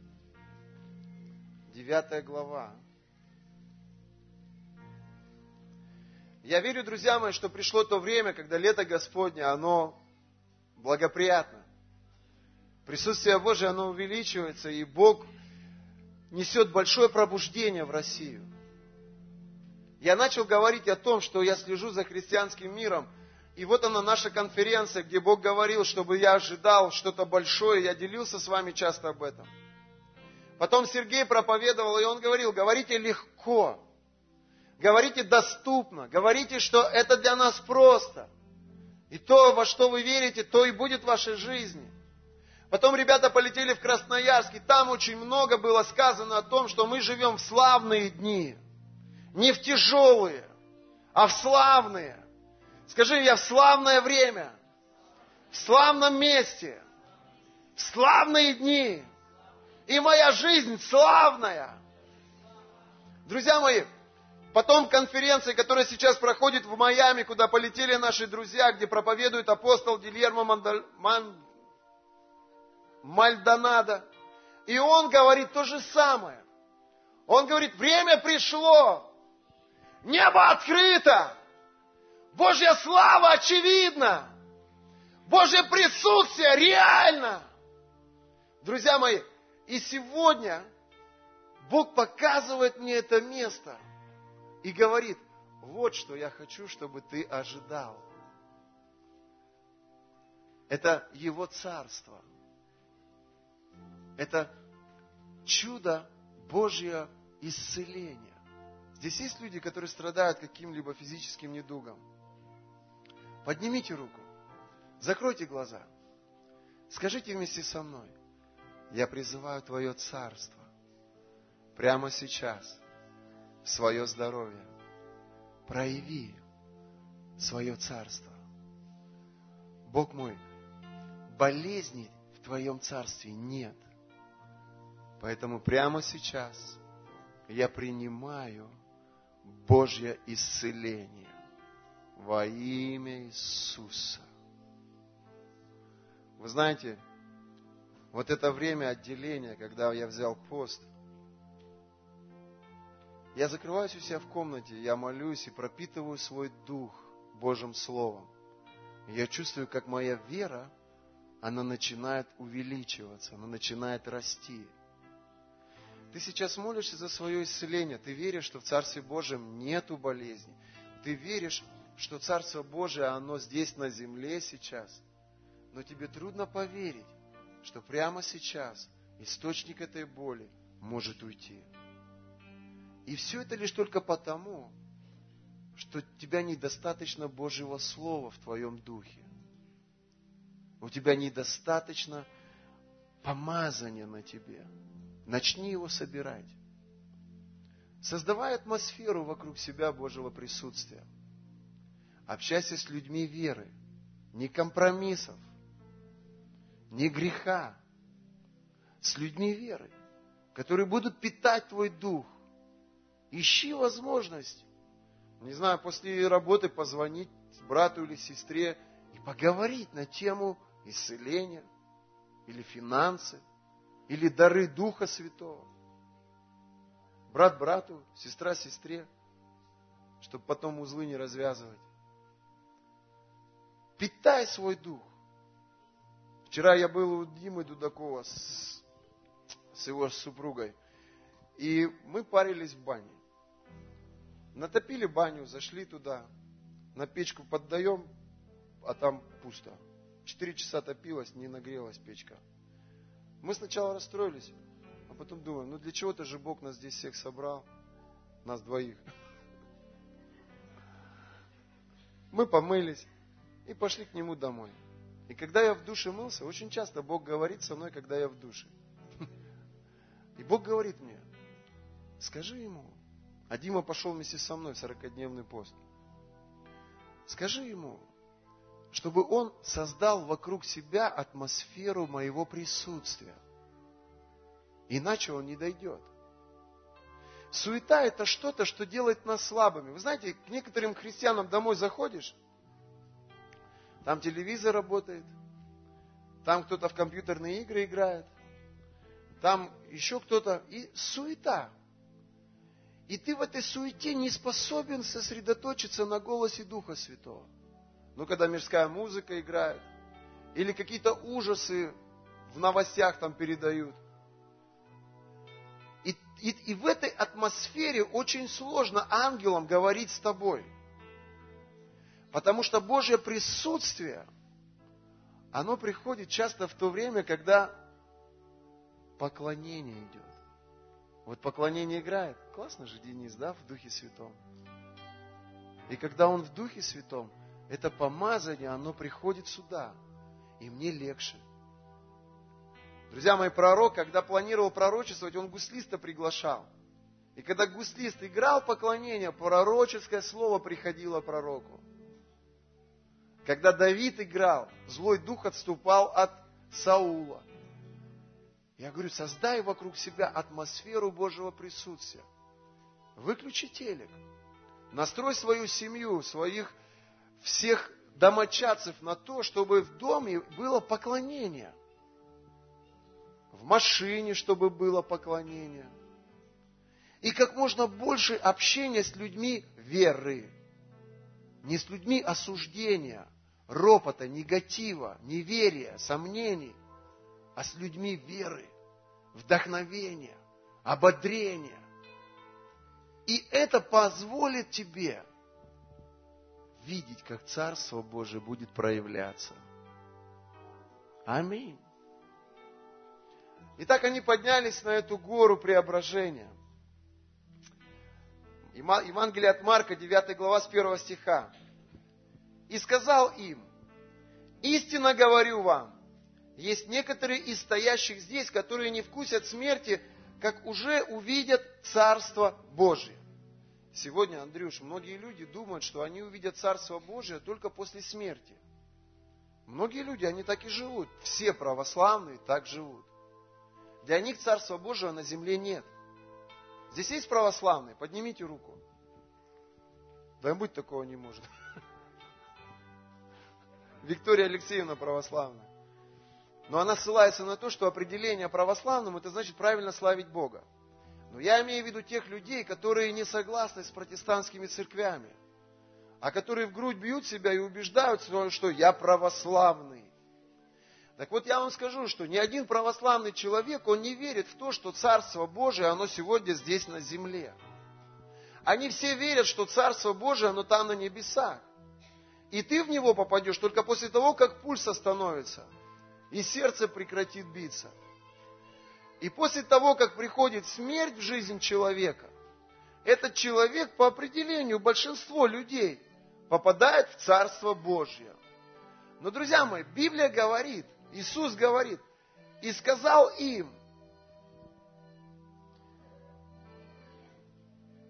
9 глава. Я верю, друзья мои, что пришло то время, когда лето Господне, оно благоприятно. Присутствие Божие, оно увеличивается, и Бог несет большое пробуждение в Россию. Я начал говорить о том, что я слежу за христианским миром, и вот она наша конференция, где Бог говорил, чтобы я ожидал что-то большое, я делился с вами часто об этом. Потом Сергей проповедовал, и он говорил: говорите легко, говорите доступно, говорите, что это для нас просто. И то, во что вы верите, то и будет в вашей жизни. Потом ребята полетели в Красноярск, и там очень много было сказано о том, что мы живем в славные дни. Не в тяжелые, а в славные. Скажи: я в славное время, в славном месте, в славные дни. И моя жизнь славная. Друзья мои, потом конференция, которая сейчас проходит в Майами, куда полетели наши друзья, где проповедует апостол Гильермо Мальдонадо. И он говорит то же самое. Он говорит: время пришло. Небо открыто. Божья слава очевидна. Божье присутствие реально. Друзья мои, и сегодня Бог показывает мне это место и говорит: вот что я хочу, чтобы ты ожидал. Это Его Царство. Это чудо Божье исцеление. Здесь есть люди, которые страдают каким-либо физическим недугом. Поднимите руку, закройте глаза, скажите вместе со мной: я призываю Твое Царство прямо сейчас в свое здоровье. Прояви свое Царство. Бог мой, болезней в Твоем Царстве нет. Поэтому прямо сейчас я принимаю Божье исцеление во имя Иисуса. Вы знаете, вот это время отделения, когда я взял пост, я закрываюсь у себя в комнате, я молюсь и пропитываю свой дух Божьим Словом. И я чувствую, как моя вера, она начинает увеличиваться, она начинает расти. Ты сейчас молишься за свое исцеление, ты веришь, что в Царстве Божьем нету болезней. Ты веришь, что Царство Божие, оно здесь на земле сейчас. Но тебе трудно поверить, что прямо сейчас источник этой боли может уйти. И все это лишь только потому, что у тебя недостаточно Божьего Слова в твоем духе. У тебя недостаточно помазания на тебе. Начни его собирать. Создавай атмосферу вокруг себя Божьего присутствия. Общайся с людьми веры. Не компромиссов, не греха. С людьми веры, которые будут питать твой дух. Ищи возможность, не знаю, после работы позвонить брату или сестре и поговорить на тему исцеления, или финансы, или дары Духа Святого. Брат брату, сестра сестре, чтобы потом узлы не развязывать. Питай свой дух. Вчера я был у Димы Дудакова с его супругой, и мы парились в бане. Натопили баню, зашли туда, на печку поддаем, а там пусто. 4 часа топилась, не нагрелась печка. Мы сначала расстроились, а потом думаем, ну для чего-то же Бог нас здесь всех собрал, нас двоих. Мы помылись и пошли к Нему домой. И когда я в душе мылся, очень часто Бог говорит со мной, когда я в душе. И Бог говорит мне, скажи Ему, а Дима пошел вместе со мной в 40-дневный пост. Скажи Ему, чтобы Он создал вокруг себя атмосферу моего присутствия. Иначе Он не дойдет. Суета – это что-то, что делает нас слабыми. Вы знаете, к некоторым христианам домой заходишь, там телевизор работает, там кто-то в компьютерные игры играет, там еще кто-то, и суета. И ты в этой суете не способен сосредоточиться на голосе Духа Святого. Ну, когда мирская музыка играет, или какие-то ужасы в новостях там передают. И в этой атмосфере очень сложно ангелам говорить с тобой. Потому что Божье присутствие, оно приходит часто в то время, когда поклонение идет. Вот поклонение играет. Классно же Денис, да, в Духе Святом. И когда он в Духе Святом, это помазание, оно приходит сюда. И мне легче. Друзья мои, пророк, когда планировал пророчествовать, он гуслиста приглашал. И когда гуслист играл поклонение, пророческое слово приходило пророку. Когда Давид играл, злой дух отступал от Саула. Я говорю, создай вокруг себя атмосферу Божьего присутствия. Выключи телек. Настрой свою семью, своих всех домочадцев на то, чтобы в доме было поклонение. В машине, чтобы было поклонение. И как можно больше общения с людьми веры. Не с людьми осуждения, ропота, негатива, неверия, сомнений, а с людьми веры, вдохновения, ободрения. И это позволит тебе видеть, как Царство Божие будет проявляться. Аминь. Итак, они поднялись на эту гору преображения. Евангелие от Марка, 9 глава, с 1 стиха. «И сказал им, истинно говорю вам, есть некоторые из стоящих здесь, которые не вкусят смерти, как уже увидят Царство Божие». Сегодня, Андрюш, многие люди думают, что они увидят Царство Божие только после смерти. Многие люди, они так и живут. Все православные так живут. Для них Царства Божьего на земле нет. Здесь есть православные? Поднимите руку. Да и быть такого не может. Виктория Алексеевна православная. Но она ссылается на то, что определение православным, это значит правильно славить Бога. Но я имею в виду тех людей, которые не согласны с протестантскими церквями, а которые в грудь бьют себя и убеждают, что я православный. Так вот, я вам скажу, что ни один православный человек, он не верит в то, что Царство Божие, оно сегодня здесь на земле. Они все верят, что Царство Божие, оно там на небесах. И ты в него попадешь только после того, как пульс остановится, и сердце прекратит биться. И после того, как приходит смерть в жизнь человека, этот человек по определению, большинство людей, попадает в Царство Божье. Но, друзья мои, Библия говорит, Иисус говорит, и сказал им,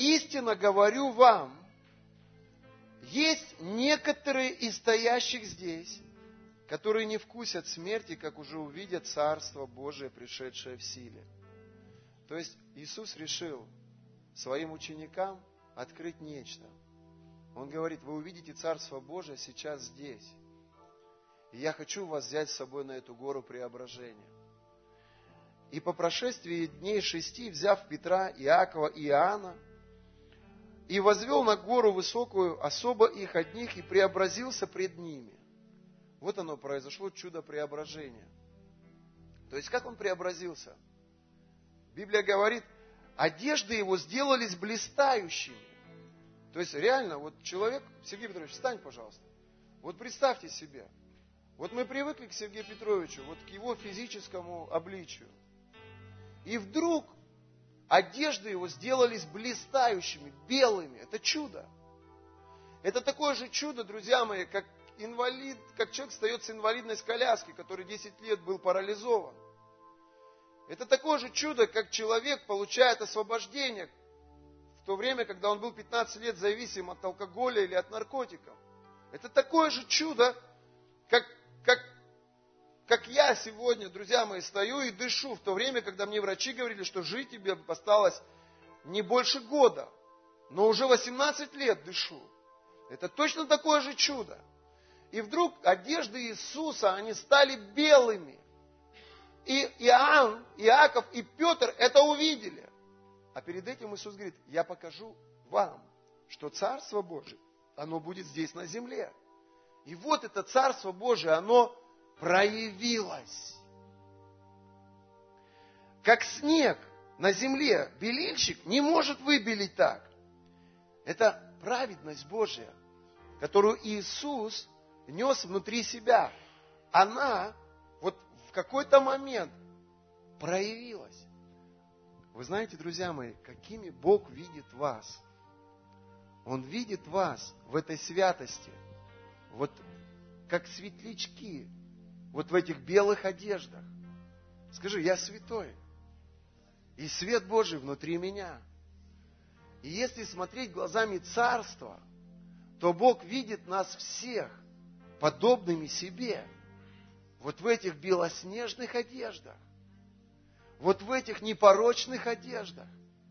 истинно говорю вам, есть некоторые из стоящих здесь, которые не вкусят смерти, как уже увидят Царство Божие, пришедшее в силе. То есть Иисус решил своим ученикам открыть нечто. Он говорит, вы увидите Царство Божие сейчас здесь. И я хочу вас взять с собой на эту гору преображения. И по прошествии дней 6, взяв Петра, Иакова и Иоанна, и возвел на гору высокую особо их одних и преобразился пред ними. Вот оно произошло, чудо преображения. То есть, как он преобразился? Библия говорит, одежды его сделались блистающими. То есть, реально, вот человек, Сергей Петрович, встань, пожалуйста. Вот представьте себе, вот мы привыкли к Сергею Петровичу, вот к его физическому обличию. И вдруг одежды его сделались блистающими, белыми. Это чудо. Это такое же чудо, друзья мои, как инвалид, как человек встает с инвалидной коляски, который 10 лет был парализован. Это такое же чудо, как человек получает освобождение в то время, когда он был 15 лет зависим от алкоголя или от наркотиков. Это такое же чудо, как я сегодня, друзья мои, стою и дышу в то время, когда мне врачи говорили, что жить тебе осталось не больше года, но уже 18 лет дышу. Это точно такое же чудо. И вдруг одежды Иисуса, они стали белыми. И Иоанн, Иаков и Петр это увидели. А перед этим Иисус говорит, я покажу вам, что Царство Божие, оно будет здесь на земле. И вот это Царство Божие, оно проявилось. Как снег на земле белильщик не может выбелить так. Это праведность Божья, которую Иисус нес внутри себя. Она вот в какой-то момент проявилась. Вы знаете, друзья мои, какими Бог видит вас. Он видит вас в этой святости, вот как светлячки, вот в этих белых одеждах. Скажи, я святой, и свет Божий внутри меня. И если смотреть глазами Царства, то Бог видит нас всех подобными себе. Вот в этих белоснежных одеждах. Вот в этих непорочных одеждах.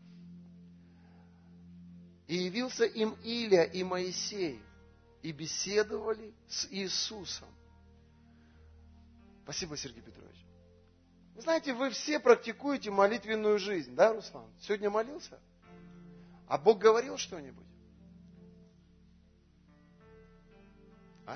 И явился им Илия и Моисей, и беседовали с Иисусом. Спасибо, Сергей Петрович. Вы знаете, вы все практикуете молитвенную жизнь, да, Руслан? Сегодня молился? А Бог говорил что-нибудь? А?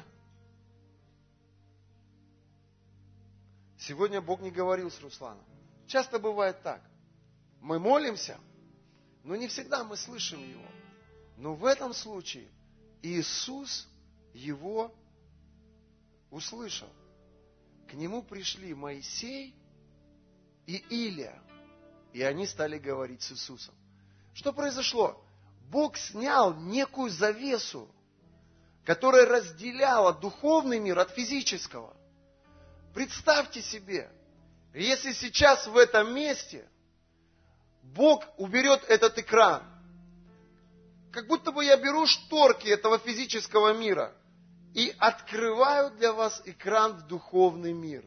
Сегодня Бог не говорил с Русланом. Часто бывает так. Мы молимся, но не всегда мы слышим Его. Но в этом случае Иисус его услышал. К нему пришли Моисей и Илия, и они стали говорить с Иисусом. Что произошло? Бог снял некую завесу, которая разделяла духовный мир от физического. Представьте себе, если сейчас в этом месте Бог уберет этот экран, как будто бы я беру шторки этого физического мира и открываю для вас экран в духовный мир.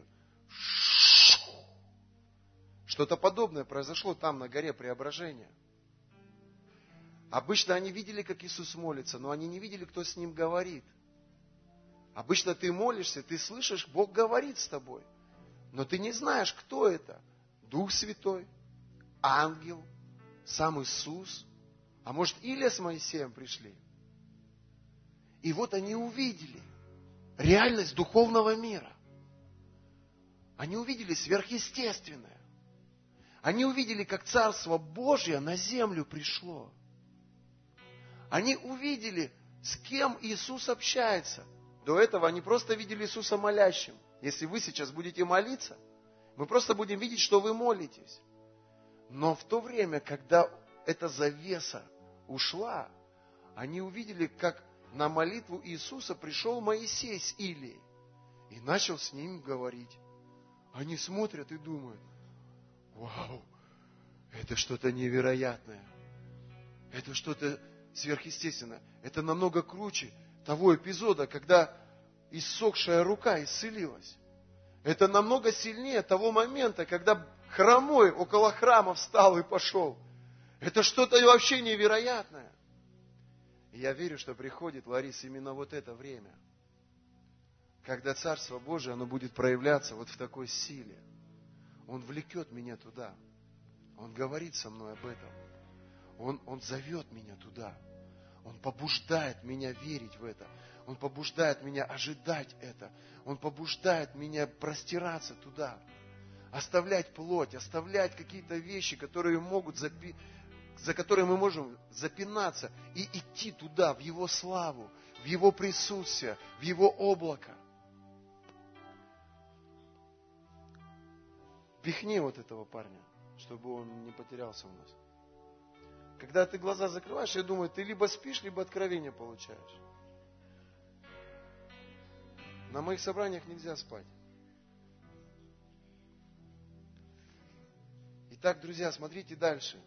Что-то подобное произошло там, на горе Преображения. Обычно они видели, как Иисус молится, но они не видели, кто с Ним говорит. Обычно ты молишься, ты слышишь, Бог говорит с тобой. Но ты не знаешь, кто это. Дух Святой, ангел, сам Иисус. А может, Илия с Моисеем пришли? И вот они увидели реальность духовного мира. Они увидели сверхъестественное. Они увидели, как Царство Божье на землю пришло. Они увидели, с кем Иисус общается. До этого они просто видели Иисуса молящим. Если вы сейчас будете молиться, мы просто будем видеть, что вы молитесь. Но в то время, когда эта завеса ушла, они увидели, как на молитву Иисуса пришел Моисей с Илией и начал с ним говорить. Они смотрят и думают: вау, это что-то невероятное. Это что-то сверхъестественное. Это намного круче того эпизода, когда иссохшая рука исцелилась. Это намного сильнее того момента, когда хромой около храма встал и пошел. Это что-то вообще невероятное. И я верю, что приходит, Лариса, именно вот это время, когда Царство Божие, оно будет проявляться вот в такой силе. Он влекет меня туда. Он говорит со мной об этом. Он зовет меня туда. Он побуждает меня верить в это. Он побуждает меня ожидать это. Он побуждает меня простираться туда. Оставлять плоть, оставлять какие-то вещи, которые за которые мы можем запинаться и идти туда, в Его славу, в Его присутствие, в Его облако. Пихни вот этого парня, чтобы он не потерялся у нас. Когда ты глаза закрываешь, я думаю, ты либо спишь, либо откровение получаешь. На моих собраниях нельзя спать. Итак, друзья, смотрите дальше.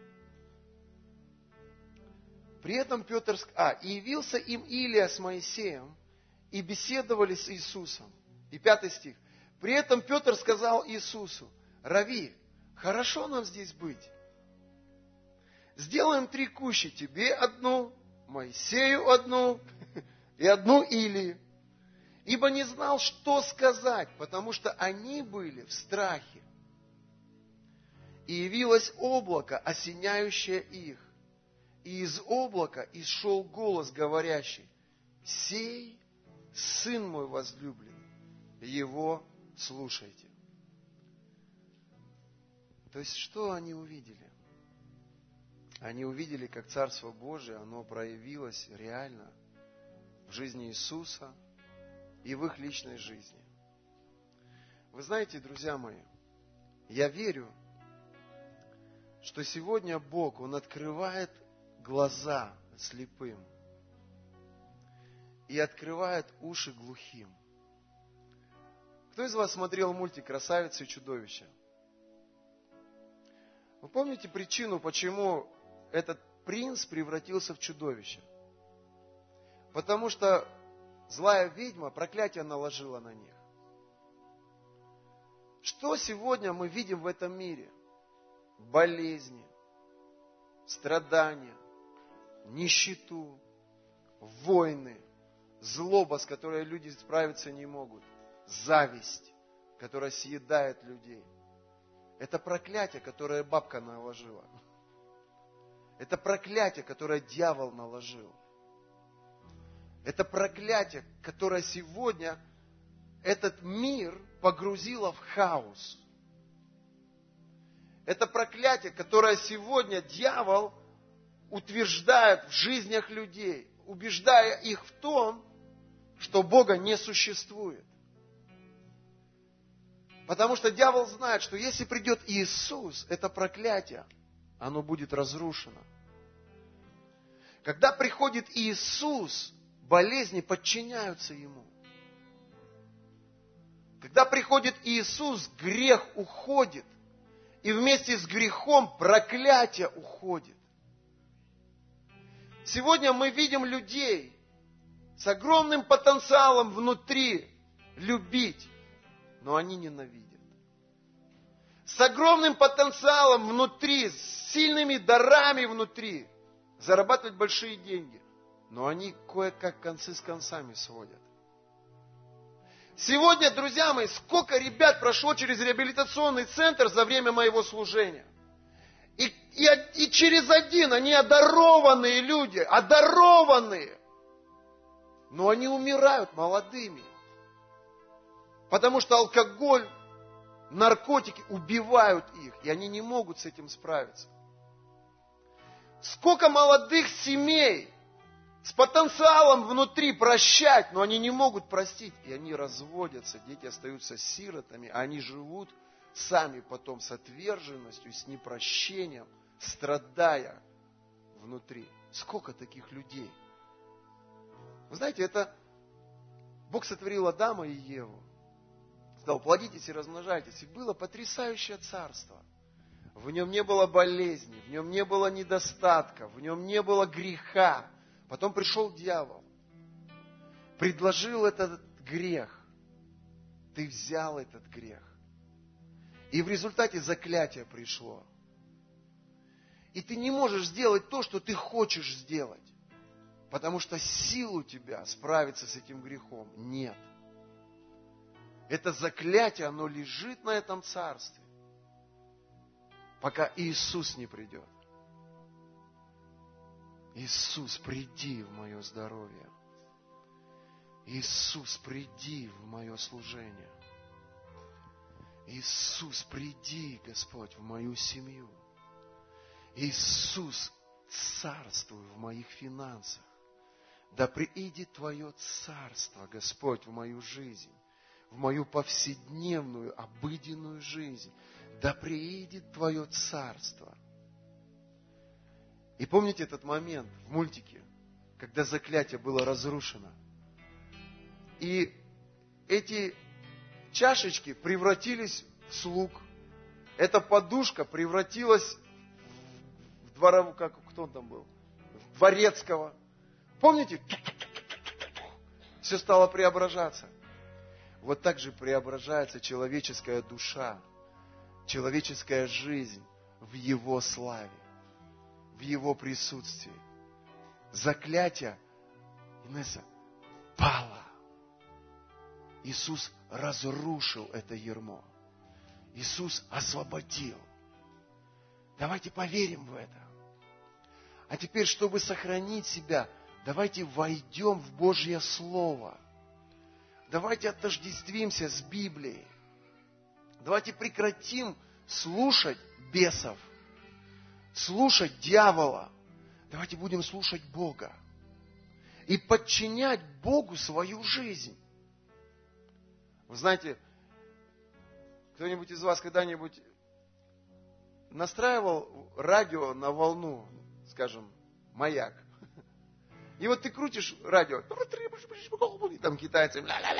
При этом Петр... и явился им Илия с Моисеем, и беседовали с Иисусом. И 5 стих. При этом Петр сказал Иисусу: Рави, хорошо нам здесь быть. Сделаем 3 кущи, тебе одну, Моисею одну и одну Илии. Ибо не знал, что сказать, потому что они были в страхе. И явилось облако, осеняющее их. И из облака исшел голос, говорящий: «Сей Сын мой возлюбленный, Его слушайте». То есть, что они увидели? Они увидели, как Царство Божие, оно проявилось реально в жизни Иисуса и в их личной жизни. Вы знаете, друзья мои, я верю, что сегодня Бог, Он открывает глаза слепым и открывает уши глухим. Кто из вас смотрел мультик «Красавица и чудовище»? Вы помните причину, почему этот принц превратился в чудовище? Потому что злая ведьма проклятие наложила на них. Что сегодня мы видим в этом мире? Болезни, страдания, нищету, войны, злоба, с которой люди справиться не могут, зависть, которая съедает людей. Это проклятие, которое бабка наложила. Это проклятие, которое дьявол наложил. Это проклятие, которое сегодня этот мир погрузило в хаос. Это проклятие, которое сегодня дьявол утверждает в жизнях людей, убеждая их в том, что Бога не существует. Потому что дьявол знает, что если придет Иисус, это проклятие, оно будет разрушено. Когда приходит Иисус, болезни подчиняются Ему. Когда приходит Иисус, грех уходит. И вместе с грехом проклятие уходит. Сегодня мы видим людей с огромным потенциалом внутри любить, но они ненавидят. С огромным потенциалом внутри, с сильными дарами внутри, зарабатывать большие деньги, но они кое-как концы с концами сводят. Сегодня, друзья мои, сколько ребят прошло через реабилитационный центр за время моего служения. И через один они одарованные люди, одарованные. Но они умирают молодыми. Потому что алкоголь, наркотики убивают их, и они не могут с этим справиться. Сколько молодых семей с потенциалом внутри прощать, но они не могут простить, и они разводятся, дети остаются сиротами, а они живут сами потом с отверженностью, с непрощением, страдая внутри. Сколько таких людей? Вы знаете, это Бог сотворил Адама и Еву. Сказал: плодитесь и размножайтесь. И было потрясающее царство. В нем не было болезни, в нем не было недостатка, в нем не было греха. Потом пришел дьявол, предложил этот грех. Ты взял этот грех. И в результате заклятие пришло. И ты не можешь сделать то, что ты хочешь сделать. Потому что сил у тебя справиться с этим грехом нет. Это заклятие, оно лежит на этом царстве, пока Иисус не придет. Иисус, приди в мое здоровье. Иисус, приди в мое служение. Иисус, приди, Господь, в мою семью. Иисус, царствуй в моих финансах. Да приидет Твое царство, Господь, в мою жизнь, в мою повседневную, обыденную жизнь. Да приидет Твое царство. И помните этот момент в мультике, когда заклятие было разрушено? И эти чашечки превратились в слуг. Эта подушка превратилась в дворового, кто он там был? В дворецкого. Помните? Все стало преображаться. Вот так же преображается человеческая душа, человеческая жизнь в Его славе, в Его присутствии. Заклятие, Инесса, пало. Иисус разрушил это ярмо. Иисус освободил. Давайте поверим в это. А теперь, чтобы сохранить себя, давайте войдем в Божье Слово. Давайте отождествимся с Библией. Давайте прекратим слушать бесов, слушать дьявола. Давайте будем слушать Бога и подчинять Богу свою жизнь. Вы знаете, кто-нибудь из вас когда-нибудь настраивал радио на волну, скажем, маяк? И вот ты крутишь радио, и там китайцы,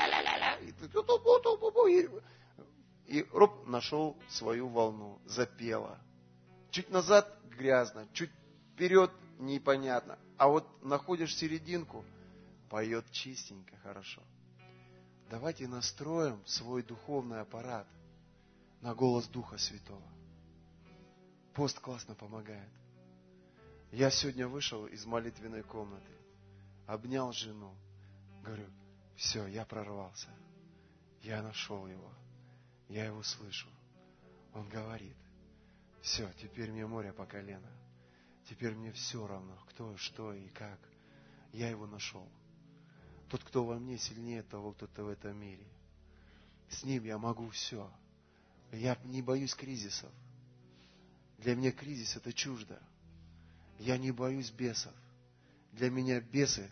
и роб нашел свою волну, запела. Чуть назад грязно, чуть вперед непонятно. А вот находишь серединку, поет чистенько, хорошо. Давайте настроим свой духовный аппарат на голос Духа Святого. Пост классно помогает. Я сегодня вышел из молитвенной комнаты, обнял жену, говорю, все, я прорвался, я нашел его, я его слышу. Он говорит, все, теперь мне море по колено, теперь мне все равно, кто, что и как. Я его нашел. Тот, кто во мне, сильнее того, кто-то в этом мире. С ним я могу все. Я не боюсь кризисов. Для меня кризис это чуждо. Я не боюсь бесов. Для меня бесы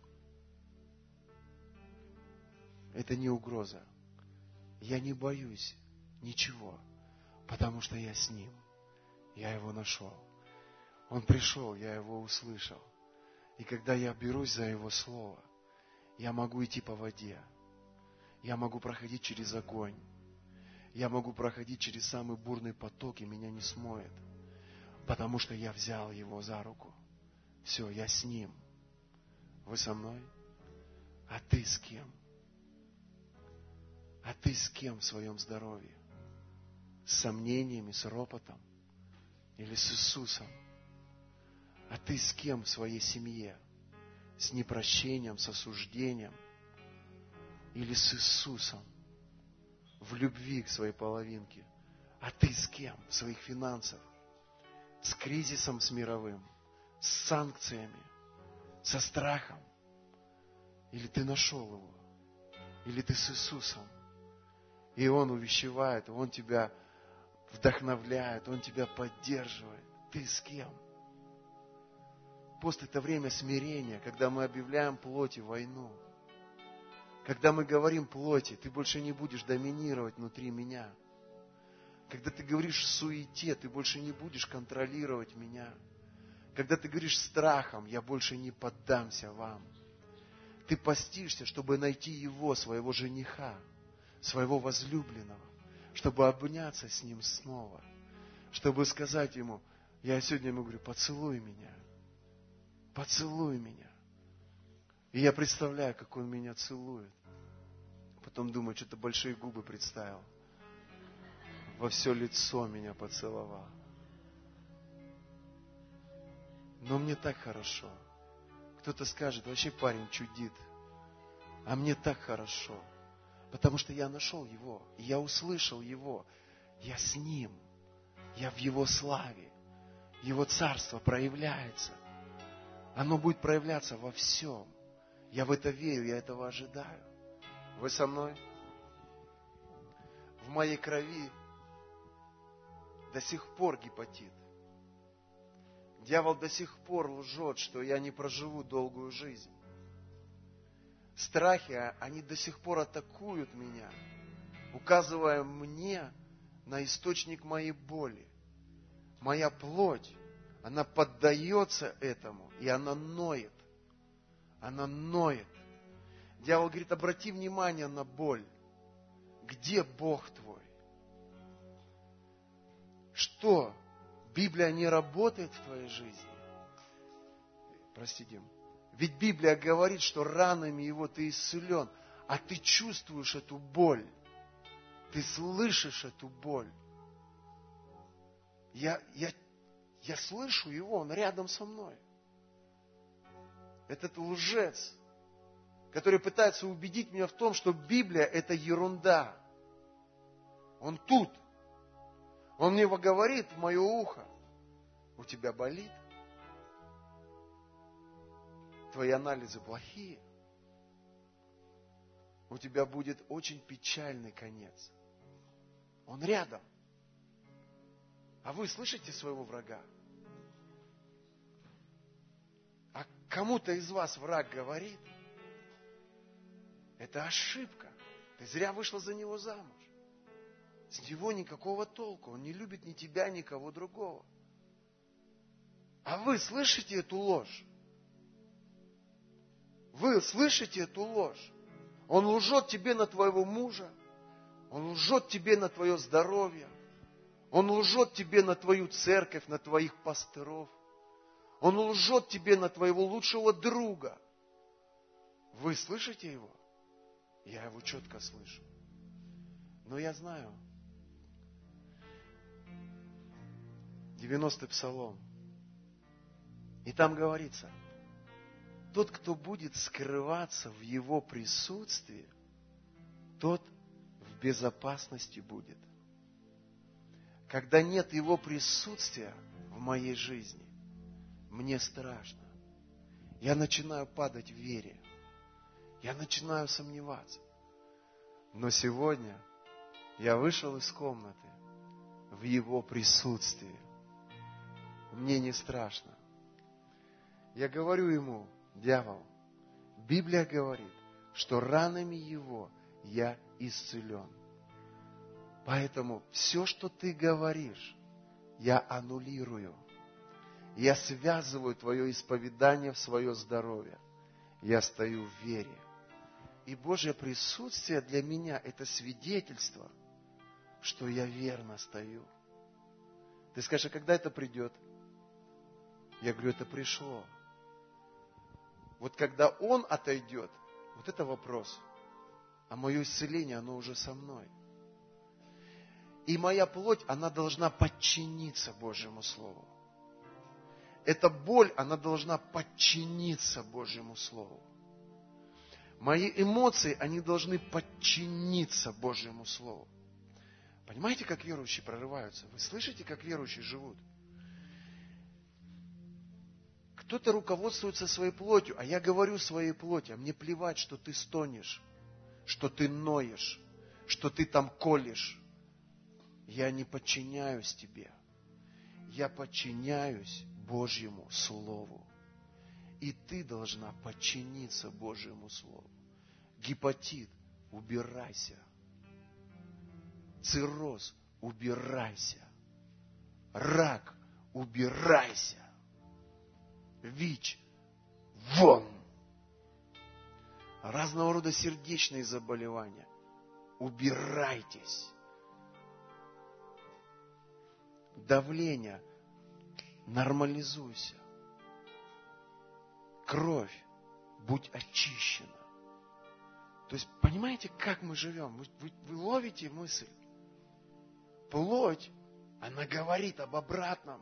это не угроза. Я не боюсь ничего, потому что я с ним. Я его нашел. Он пришел, я его услышал. И когда я берусь за его слово, я могу идти по воде. Я могу проходить через огонь. Я могу проходить через самый бурный поток, и меня не смоет. Потому что я взял его за руку. Все, я с ним. Вы со мной? А ты с кем? А ты с кем в своем здоровье? С сомнениями, с ропотом? Или с Иисусом? А ты с кем в своей семье? С непрощением, с осуждением? Или с Иисусом? В любви к своей половинке? А ты с кем в своих финансах? С кризисом, с мировым? С санкциями? Со страхом? Или ты нашел его? Или ты с Иисусом? И Он увещевает, Он тебя вдохновляет, Он тебя поддерживает. Ты с кем? Пост – это время смирения, когда мы объявляем плоти войну. Когда мы говорим плоти, ты больше не будешь доминировать внутри меня. Когда ты говоришь в суете, ты больше не будешь контролировать меня. Когда ты говоришь страхом, я больше не поддамся вам. Ты постишься, чтобы найти его, своего жениха, своего возлюбленного, чтобы обняться с ним снова, чтобы сказать ему, я сегодня ему говорю, поцелуй меня. Поцелуй меня. И я представляю, как он меня целует. Потом думаю, что-то большие губы представил. Во все лицо меня поцеловал. Но мне так хорошо. Кто-то скажет, вообще парень чудит. А мне так хорошо. Потому что я нашел его. И я услышал его. Я с ним. Я в его славе. Его царство проявляется. Оно будет проявляться во всем. Я в это верю, я этого ожидаю. Вы со мной? В моей крови до сих пор гепатит. Дьявол до сих пор лжет, что я не проживу долгую жизнь. Страхи, они до сих пор атакуют меня, указывая мне на источник моей боли. Моя плоть, она поддается этому, и она ноет. Она ноет. Дьявол говорит, обрати внимание на боль. Где Бог твой? Что? Библия не работает в твоей жизни? Прости, Дим. Ведь Библия говорит, что ранами его ты исцелен, а ты чувствуешь эту боль. Ты слышишь эту боль. Я слышу его, он рядом со мной. Этот лжец, который пытается убедить меня в том, что Библия это ерунда. Он тут. Он мне говорит в мое ухо, у тебя болит? Твои анализы плохие. У тебя будет очень печальный конец. Он рядом. А вы слышите своего врага? А кому-то из вас враг говорит, это ошибка. Ты зря вышла за него замуж. С него никакого толку. Он не любит ни тебя, ни кого другого. А вы слышите эту ложь? Вы слышите эту ложь? Он лжет тебе на твоего мужа. Он лжет тебе на твое здоровье. Он лжет тебе на твою церковь, на твоих пастыров. Он лжет тебе на твоего лучшего друга. Вы слышите его? Я его четко слышу. Но я знаю. 90-й Псалом. И там говорится, тот, кто будет скрываться в его присутствии, тот в безопасности будет. Когда нет его присутствия в моей жизни, мне страшно. Я начинаю падать в вере. Я начинаю сомневаться. Но сегодня я вышел из комнаты в его присутствии. Мне не страшно. Я говорю ему, дьявол, Библия говорит, что ранами его я исцелен. Поэтому все, что ты говоришь, я аннулирую. Я связываю твое исповедание в свое здоровье. Я стою в вере. И Божье присутствие для меня это свидетельство, что я верно стою. Ты скажешь, а когда это придет? Я говорю, это пришло. Вот когда Он отойдет, вот это вопрос. А мое исцеление, оно уже со мной. И моя плоть, она должна подчиниться Божьему Слову. Эта боль, она должна подчиниться Божьему Слову. Мои эмоции, они должны подчиниться Божьему Слову. Понимаете, как верующие прорываются? Вы слышите, как верующие живут? Кто-то руководствуется своей плотью, а я говорю своей плоти, а мне плевать, что ты стонешь, что ты ноешь, что ты там колешь. Я не подчиняюсь тебе. Я подчиняюсь Божьему Слову. И ты должна подчиниться Божьему Слову. Гепатит, убирайся. Цирроз, убирайся. Рак, убирайся. ВИЧ, вон. Разного рода сердечные заболевания. Убирайтесь. давление, нормализуйся. Кровь, будь очищена. То есть, понимаете, как мы живем? Вы ловите мысль? Плоть, она говорит об обратном.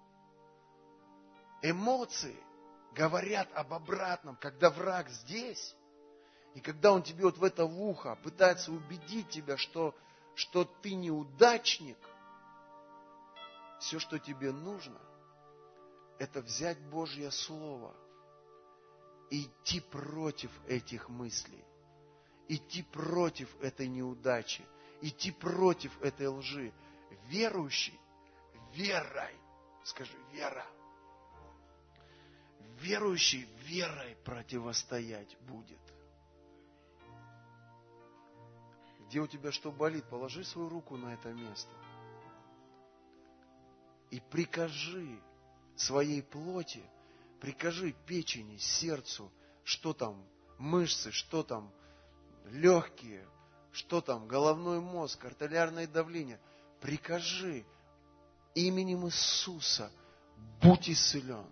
Эмоции говорят об обратном. Когда враг здесь, и когда он тебе вот в это в ухо пытается убедить тебя, что ты неудачник, все, что тебе нужно, это взять Божье Слово и идти против этих мыслей, идти против этой неудачи, идти против этой лжи. Верующий верой, скажи, вера. Верующий верой противостоять будет. Где у тебя что болит, положи свою руку на это место. И прикажи своей плоти, прикажи печени, сердцу, что там мышцы, что там легкие, что там головной мозг, артериальное давление. Прикажи именем Иисуса, будь исцелен.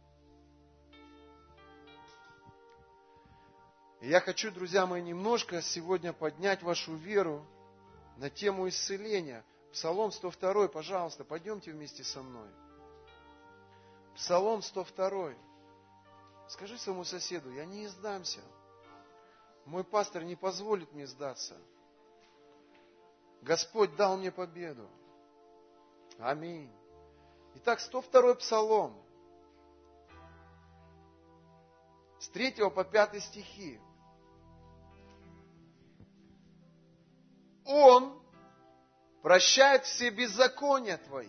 И я хочу, друзья мои, немножко сегодня поднять вашу веру на тему исцеления. Псалом 102, пожалуйста, пойдемте вместе со мной. Псалом 102. Скажи своему соседу, я не сдамся. Мой пастор не позволит мне сдаться. Господь дал мне победу. Аминь. Итак, 102 Псалом. С 3 по 5 стихи. Он прощает все беззакония твои,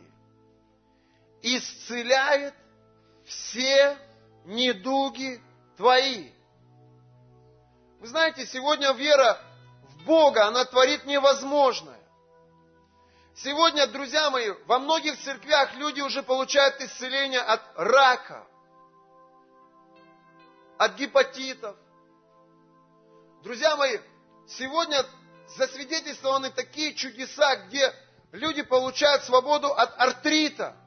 исцеляет все недуги твои. Вы знаете, сегодня вера в Бога, она творит невозможное. Сегодня, друзья мои, во многих церквях люди уже получают исцеление от рака, от гепатитов. Друзья мои, сегодня засвидетельствованы такие чудеса, где люди получают свободу от артрита,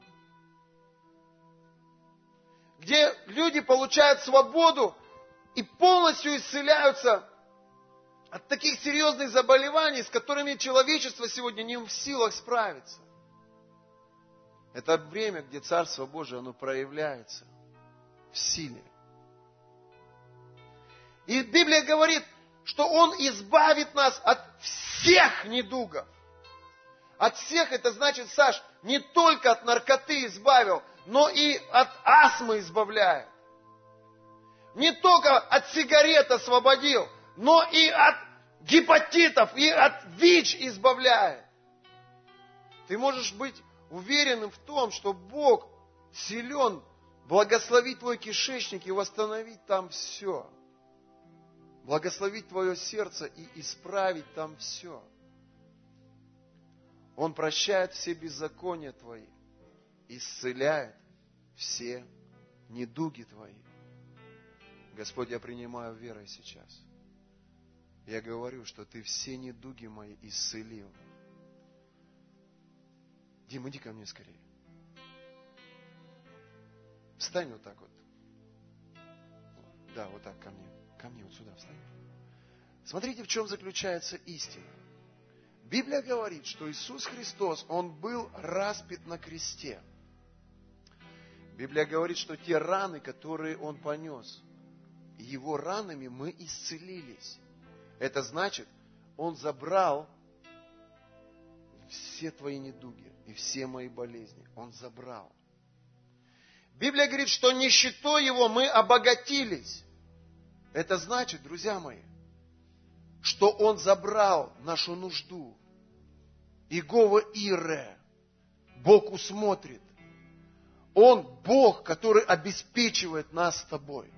где люди получают свободу и полностью исцеляются от таких серьезных заболеваний, с которыми человечество сегодня не в силах справиться. Это время, где Царство Божие, оно проявляется в силе. И Библия говорит, что Он избавит нас от всех недугов. От всех, это значит, Саш, не только от наркоты избавил, но и от астмы избавляет. Не только от сигарет освободил, но и от гепатитов, и от ВИЧ избавляет. Ты можешь быть уверенным в том, что Бог силен благословить твой кишечник и восстановить там все. Благословить твое сердце и исправить там все. Он прощает все беззакония твои, исцеляет все недуги твои. Господь, я принимаю верой сейчас. Я говорю, что Ты все недуги мои исцелил. Дим, иди ко мне скорее. Встань вот так вот. Да, вот так ко мне. Ко мне вот сюда встань. Смотрите, в чем заключается истина. Библия говорит, что Иисус Христос, Он был распят на кресте. Библия говорит, что те раны, которые Он понес, Его ранами мы исцелились. Это значит, Он забрал все твои недуги и все мои болезни. Он забрал. Библия говорит, что нищетой Его мы обогатились. Это значит, друзья мои, что Он забрал нашу нужду. Иегова Ире, Бог усмотрит. Он Бог, который обеспечивает нас с тобой.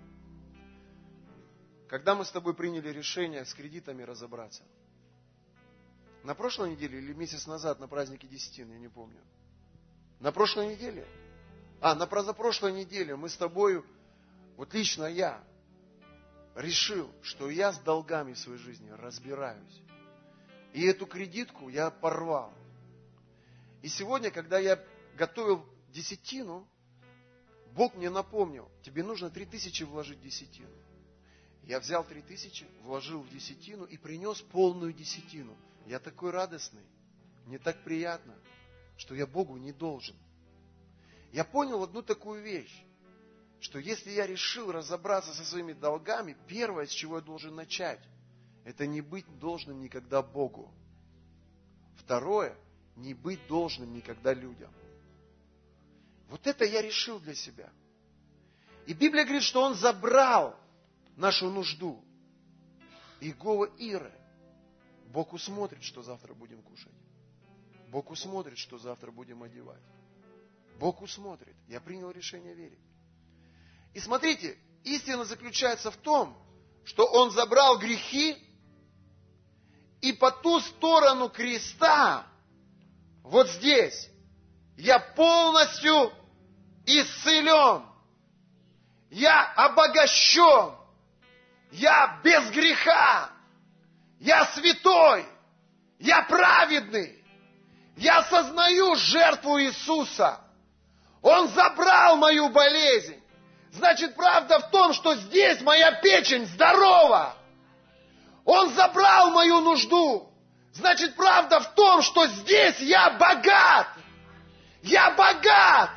Когда мы с тобой приняли решение с кредитами разобраться? На прошлой неделе или месяц назад на празднике Десятины, я не помню. На прошлой неделе? На позапрошлой неделе мы с тобою, вот лично я, решил, что я с долгами в своей жизни разбираюсь. И эту кредитку я порвал. И сегодня, когда я готовил десятину, Бог мне напомнил, тебе нужно 3000 вложить в десятину. Я взял 3000, вложил в десятину и принес полную десятину. Я такой радостный, мне так приятно, что я Богу не должен. Я понял одну такую вещь, что если я решил разобраться со своими долгами, первое, с чего я должен начать, это не быть должным никогда Богу. Второе, не быть должным никогда людям. Вот это я решил для себя. И Библия говорит, что Он забрал нашу нужду. Иегова Иры. Бог усмотрит, что завтра будем кушать. Бог усмотрит, что завтра будем одевать. Бог усмотрит. Я принял решение верить. И смотрите, истина заключается в том, что Он забрал грехи, и по ту сторону креста, вот здесь, я полностью исцелен. Я обогащен. Я без греха. Я святой. Я праведный. Я осознаю жертву Иисуса. Он забрал мою болезнь. Значит, правда в том, что здесь моя печень здорова. Он забрал мою нужду. Значит, правда в том, что здесь я богат. Я богат.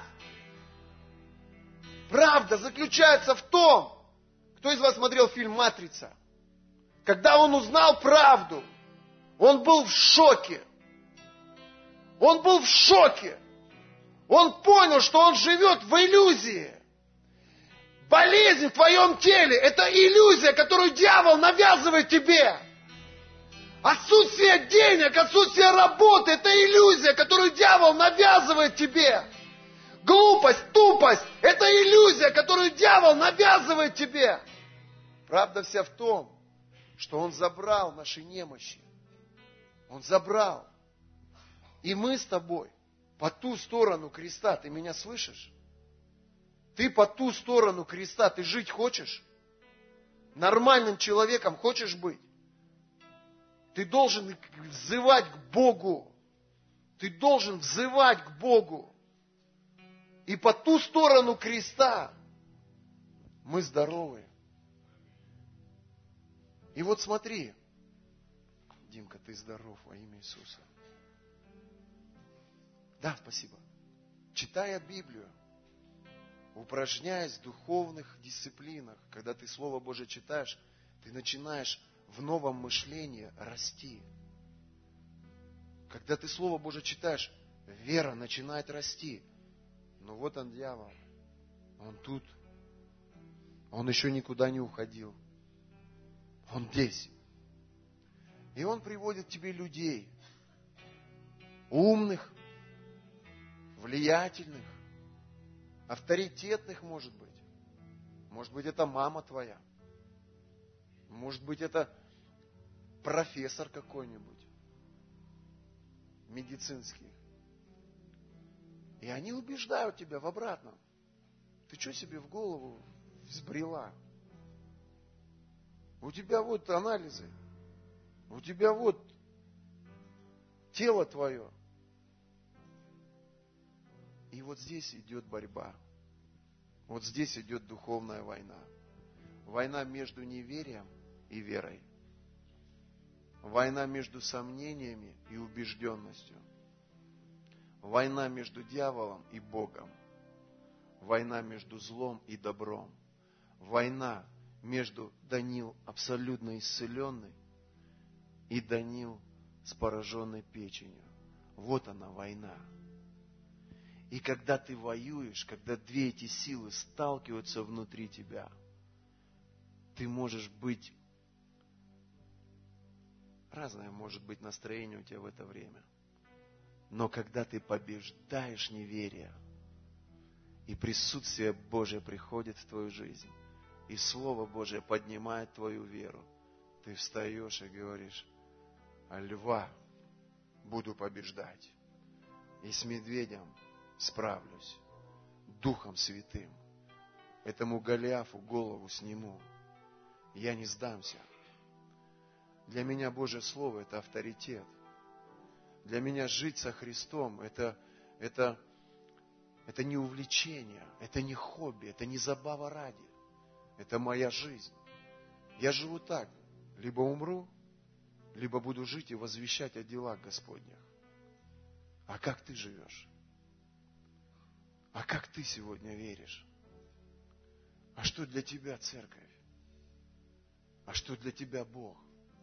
Правда заключается в том, кто из вас смотрел фильм «Матрица»? Когда он узнал правду, он был в шоке. Он был в шоке. Он понял, что он живет в иллюзии. Болезнь в твоем теле – это иллюзия, которую дьявол навязывает тебе. Отсутствие денег, отсутствие работы – это иллюзия, которую дьявол навязывает тебе. Глупость, тупость – это иллюзия, которую дьявол навязывает тебе. Правда вся в том, что Он забрал наши немощи. Он забрал. И мы с тобой по ту сторону креста, ты меня слышишь? Ты по ту сторону креста, ты жить хочешь? Нормальным человеком хочешь быть? Ты должен взывать к Богу. Ты должен взывать к Богу. И по ту сторону креста мы здоровы. И вот смотри, Димка, ты здоров во имя Иисуса. Да, спасибо. Читая Библию, упражняясь в духовных дисциплинах, когда ты Слово Божие читаешь, ты начинаешь в новом мышлении расти. Когда ты Слово Божие читаешь, вера начинает расти. Но вот он, дьявол. Он тут. Он еще никуда не уходил. Он здесь. И он приводит тебе людей. Умных, влиятельных, авторитетных, может быть. Может быть, это мама твоя. Может быть, это профессор какой-нибудь. Медицинский. И они убеждают тебя в обратном. Ты что себе в голову взбрела? У тебя вот анализы. У тебя вот тело твое. И вот здесь идет борьба. Вот здесь идет духовная война. Война между неверием и верой. Война между сомнениями и убежденностью. Война между дьяволом и Богом. Война между злом и добром. Война между Даниил абсолютно исцеленный и Даниил с пораженной печенью. Вот она война. И когда ты воюешь, когда две эти силы сталкиваются внутри тебя, ты можешь быть... Разное может быть настроение у тебя в это время. Но когда ты побеждаешь неверие, и присутствие Божие приходит в твою жизнь, и Слово Божие поднимает твою веру, ты встаешь и говоришь: а льва буду побеждать, и с медведем справлюсь, Духом Святым. Этому Голиафу голову сниму. Я не сдамся. Для меня Божье Слово – это авторитет. Для меня жить со Христом это не увлечение, это не хобби, это не забава ради. Это моя жизнь. Я живу так. Либо умру, либо буду жить и возвещать о делах Господних. А как ты живешь? А как ты сегодня веришь? А что для тебя церковь? А что для тебя Бог?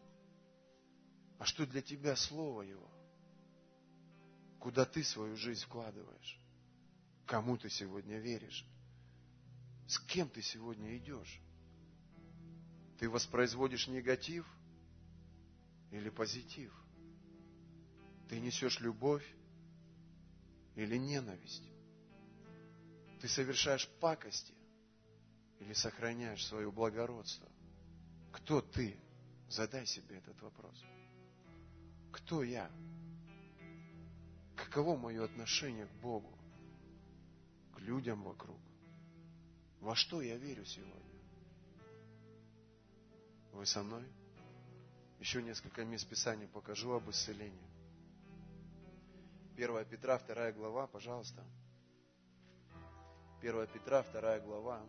А что для тебя Слово Его? Куда ты свою жизнь вкладываешь? Кому ты сегодня веришь? С кем ты сегодня идешь? Ты воспроизводишь негатив или позитив? Ты несешь любовь или ненависть? Ты совершаешь пакости или сохраняешь свое благородство? Кто ты? Задай себе этот вопрос. Кто я? Каково мое отношение к Богу? К людям вокруг? Во что я верю сегодня? Вы со мной? Еще несколько мест Писания покажу об исцелении. 1 Петра, 2 глава, пожалуйста. 1 Петра, 2 глава.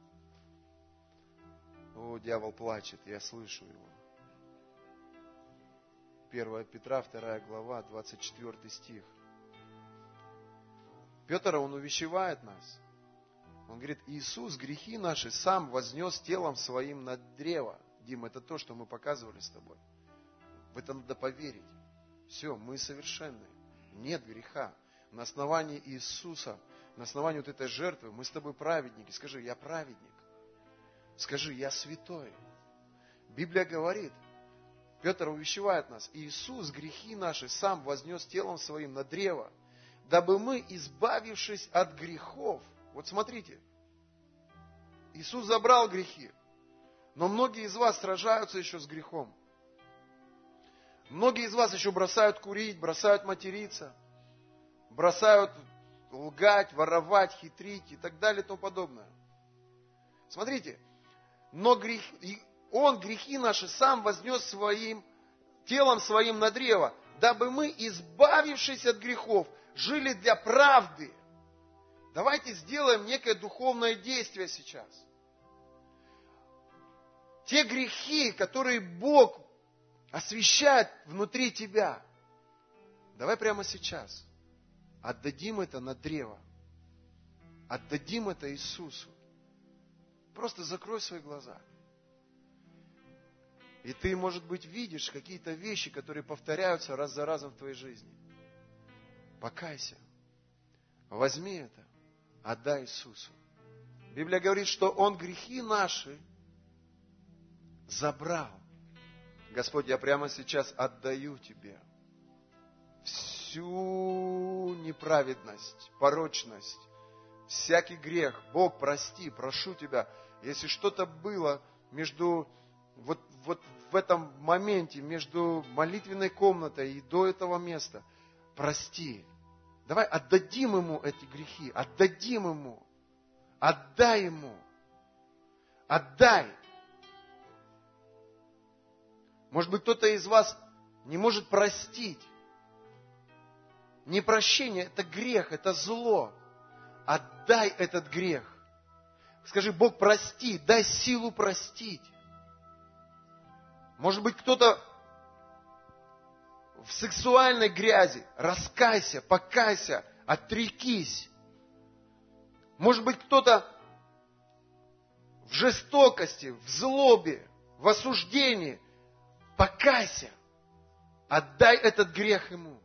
О, дьявол плачет, я слышу его. 1 Петра, 2 глава, 24 стих. Петр, он увещевает нас. Он говорит, Иисус грехи наши сам вознес телом своим на древо. Дим, это то, что мы показывали с тобой. В это надо поверить. Все, мы совершенны. Нет греха. На основании Иисуса, на основании вот этой жертвы, мы с тобой праведники. Скажи, я праведник. Скажи, я святой. Библия говорит, Петр увещевает нас, Иисус грехи наши сам вознес телом своим на древо, дабы мы, избавившись от грехов, вот смотрите, Иисус забрал грехи, но многие из вас сражаются еще с грехом. Многие из вас еще бросают курить, бросают материться, бросают лгать, воровать, хитрить и так далее и тому подобное. Смотрите, но Он грехи наши сам вознес своим телом своим на древо, дабы мы, избавившись от грехов, жили для правды. Давайте сделаем некое духовное действие сейчас. Те грехи, которые Бог освящает внутри тебя, давай прямо сейчас отдадим это на древо. Отдадим это Иисусу. Просто закрой свои глаза. И ты, может быть, видишь какие-то вещи, которые повторяются раз за разом в твоей жизни. Покайся. Возьми это. Отдай Иисусу. Библия говорит, что Он грехи наши забрал. Господь, я прямо сейчас отдаю Тебе всю неправедность, порочность, всякий грех. Бог, прости, прошу Тебя, если что-то было между вот в этом моменте, между молитвенной комнатой и до этого места, прости. Давай отдадим Ему эти грехи, отдадим Ему, отдай Ему, отдай. Может быть, кто-то из вас не может простить. Непрощение – это грех, это зло. Отдай этот грех. Скажи, Бог, прости, дай силу простить. Может быть, кто-то в сексуальной грязи. Раскайся, покайся, отрекись. Может быть, кто-то в жестокости, в злобе, в осуждении. Покайся. Отдай этот грех Ему.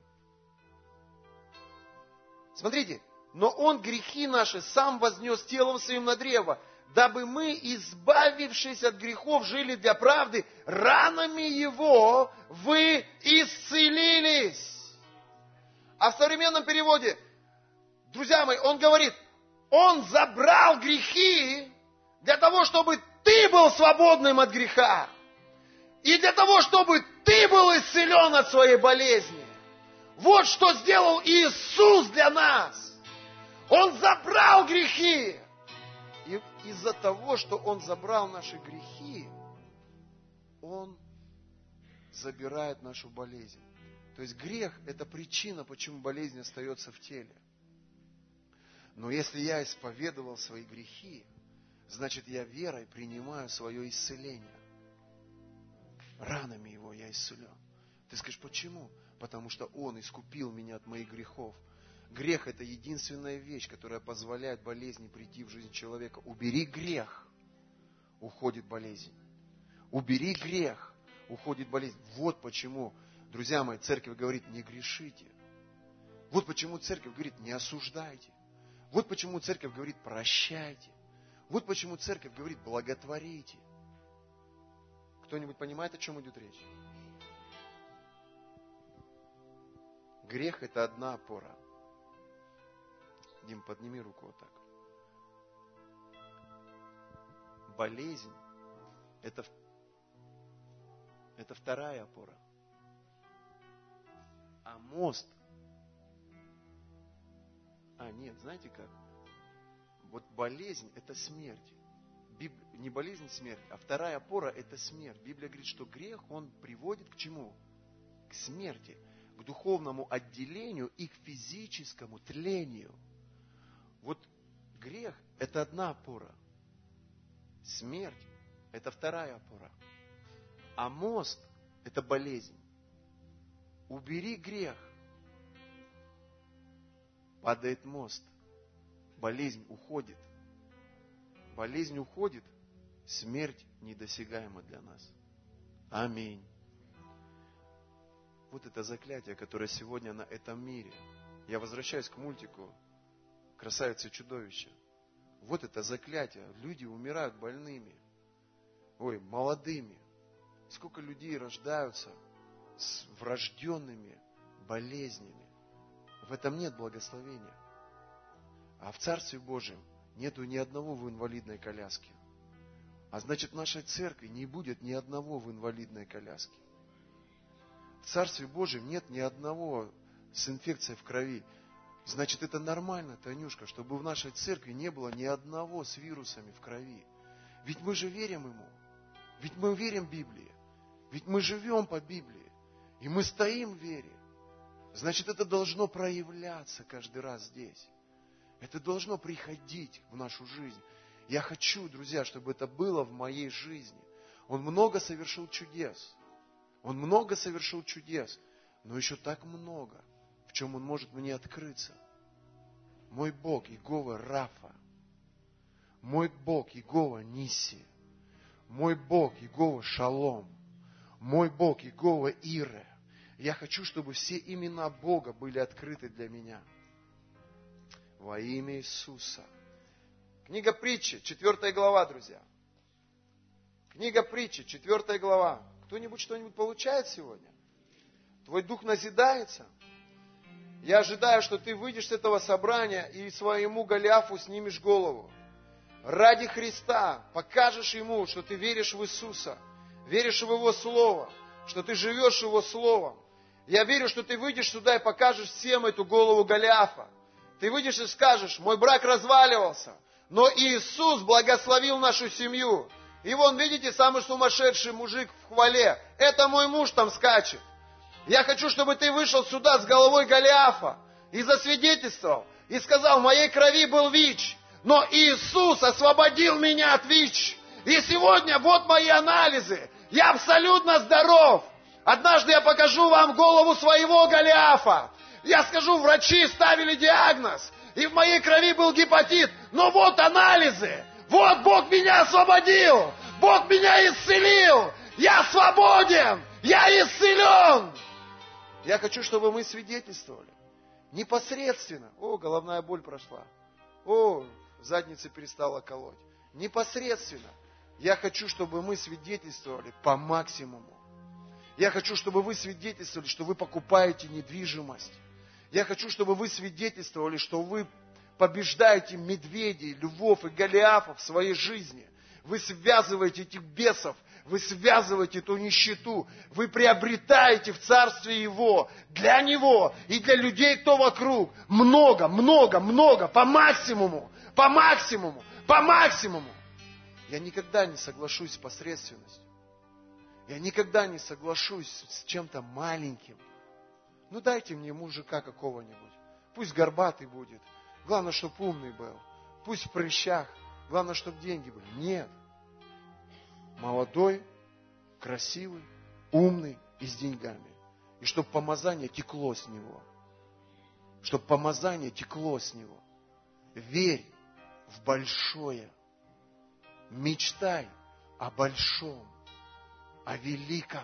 Смотрите, но Он грехи наши сам вознес телом своим на древо, дабы мы, избавившись от грехов, жили для правды, ранами Его вы исцелились. А в современном переводе, друзья мои, он говорит, Он забрал грехи для того, чтобы ты был свободным от греха. И для того, чтобы ты был исцелен от своей болезни. Вот что сделал Иисус для нас. Он забрал грехи. И из-за того, что Он забрал наши грехи, Он забирает нашу болезнь. То То есть грех – это причина, почему болезнь остается в теле. Но если я исповедовал свои грехи, значит, я верой принимаю свое исцеление. Ранами Его я исцелен. Ты скажешь, почему? Потому что Он искупил меня от моих грехов. Грех – это единственная вещь, которая позволяет болезни прийти в жизнь человека. Убери грех, уходит болезнь. Убери грех, уходит болезнь. Вот почему, друзья мои, церковь говорит, не грешите. Вот почему церковь говорит, не осуждайте. Вот почему церковь говорит, прощайте. Вот почему церковь говорит, благотворите. Кто-нибудь понимает, о чем идет речь? Грех – это одна опора. Дим, подними руку вот так. Болезнь – это вторая опора. А мост – нет, знаете как? Вот болезнь – это смерть. Не болезнь, смерть, а вторая опора – это смерть. Библия говорит, что грех, он приводит к чему? К смерти, к духовному отделению и к физическому тлению. Вот грех – это одна опора. Смерть – это вторая опора. А мост – это болезнь. Убери грех. Падает мост. Болезнь уходит. Болезнь уходит, смерть недосягаема для нас. Аминь. Вот это заклятие, которое сегодня на этом мире. Я возвращаюсь к мультику «Красавица и чудовище». Вот это заклятие. Люди умирают больными. Молодыми. Сколько людей рождаются с врожденными болезнями. В этом нет благословения. А в Царстве Божьем нету ни одного в инвалидной коляске. А значит, в нашей церкви не будет ни одного в инвалидной коляске. В Царстве Божьем нет ни одного с инфекцией в крови. Значит, это нормально, Танюшка, чтобы в нашей церкви не было ни одного с вирусами в крови. Ведь мы же верим Ему. Ведь мы верим Библии. Ведь мы живем по Библии. И мы стоим в вере. Значит, это должно проявляться каждый раз здесь. Это должно приходить в нашу жизнь. Я хочу, друзья, чтобы это было в моей жизни. Он много совершил чудес. Он много совершил чудес. Но еще так много, в чем Он может мне открыться. Мой Бог Иегова Рафа. Мой Бог Иегова Ниси. Мой Бог Иегова Шалом. Мой Бог Иегова Ире. Я хочу, чтобы все имена Бога были открыты для меня. Во имя Иисуса. Книга Притчи, 4 глава, друзья. Книга Притчи, 4 глава. Кто-нибудь что-нибудь получает сегодня? Твой дух назидается? Я ожидаю, что ты выйдешь с этого собрания и своему Голиафу снимешь голову. Ради Христа покажешь ему, что ты веришь в Иисуса, веришь в Его Слово, что ты живешь Его Словом. Я верю, что ты выйдешь сюда и покажешь всем эту голову Голиафа. Ты выйдешь и скажешь, мой брак разваливался, но Иисус благословил нашу семью. И вон, видите, самый сумасшедший мужик в хвале. Это мой муж там скачет. Я хочу, чтобы ты вышел сюда с головой Голиафа и засвидетельствовал, и сказал, в моей крови был ВИЧ, но Иисус освободил меня от ВИЧ. И сегодня вот мои анализы. Я абсолютно здоров. Однажды я покажу вам голову своего Голиафа. Я скажу, врачи ставили диагноз, и в моей крови был гепатит. Но вот анализы. Вот Бог меня освободил. Бог меня исцелил. Я свободен. Я исцелен. Я хочу, чтобы мы свидетельствовали. Непосредственно. Головная боль прошла. Задница перестала колоть. Непосредственно. Я хочу, чтобы мы свидетельствовали по максимуму. Я хочу, чтобы вы свидетельствовали, что вы покупаете недвижимость. Я хочу, чтобы вы свидетельствовали, что вы побеждаете медведей, львов и голиафов в своей жизни. Вы связываете этих бесов, вы связываете эту нищету, вы приобретаете в Царстве Его, для Него и для людей, кто вокруг. Много, много, много, по максимуму, по максимуму, по максимуму. Я никогда не соглашусь с посредственностью. Я никогда не соглашусь с чем-то маленьким. Ну дайте мне мужика какого-нибудь. Пусть горбатый будет. Главное, чтобы умный был. Пусть в прыщах. Главное, чтобы деньги были. Нет. Молодой, красивый, умный и с деньгами. И чтобы помазание текло с него. Чтобы помазание текло с него. Верь в большое. Мечтай о большом, о великом.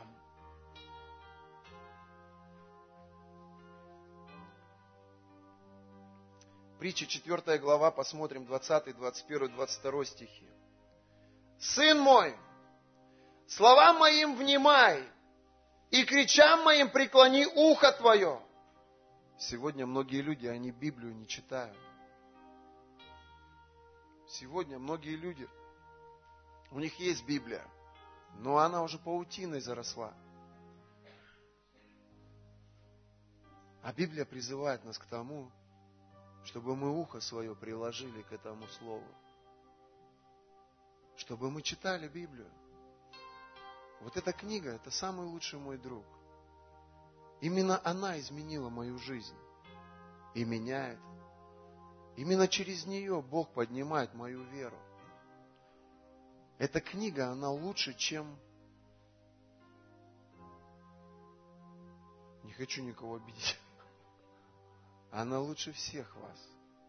Притча 4 глава, посмотрим 20, 21, 22 стихи. Сын мой, словам моим внимай, и кричам моим преклони ухо твое. Сегодня многие люди, они Библию не читают. Сегодня многие люди, у них есть Библия, но она уже паутиной заросла. А Библия призывает нас к тому, чтобы мы ухо свое приложили к этому слову. Чтобы мы читали Библию. Вот эта книга, это самый лучший мой друг. Именно она изменила мою жизнь. И меняет. Именно через нее Бог поднимает мою веру. Эта книга, она лучше, чем... Не хочу никого обидеть. Она лучше всех вас.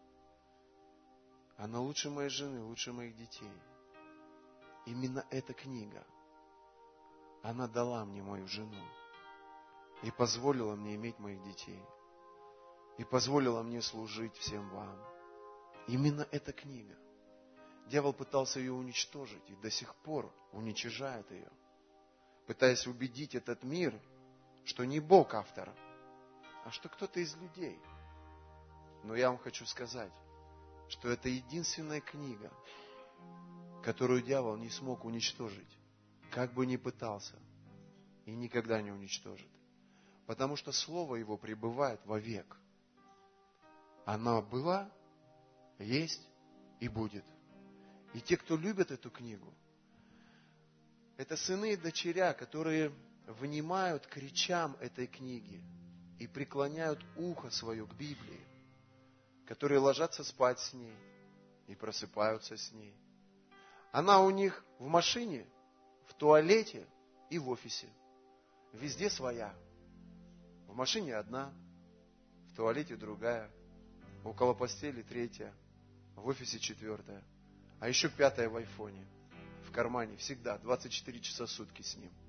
Она лучше моей жены, лучше моих детей. Именно эта книга, она дала мне мою жену. И позволила мне иметь моих детей. И позволила мне служить всем вам. Именно эта книга. Дьявол пытался ее уничтожить и до сих пор уничижает ее. Пытаясь убедить этот мир, что не Бог автор, а что кто-то из людей. Но я вам хочу сказать, что это единственная книга, которую дьявол не смог уничтожить, как бы ни пытался, и никогда не уничтожит. Потому что Слово Его пребывает вовек. Она была, есть и будет. И те, кто любят эту книгу, это сыны и дочеря, которые внимают к речам этой книги и преклоняют ухо свое к Библии, которые ложатся спать с ней и просыпаются с ней. Она у них в машине, в туалете и в офисе. Везде своя. В машине одна, в туалете другая, около постели третья, в офисе четвертая, а еще пятая в айфоне, в кармане всегда, 24 часа в сутки с ним.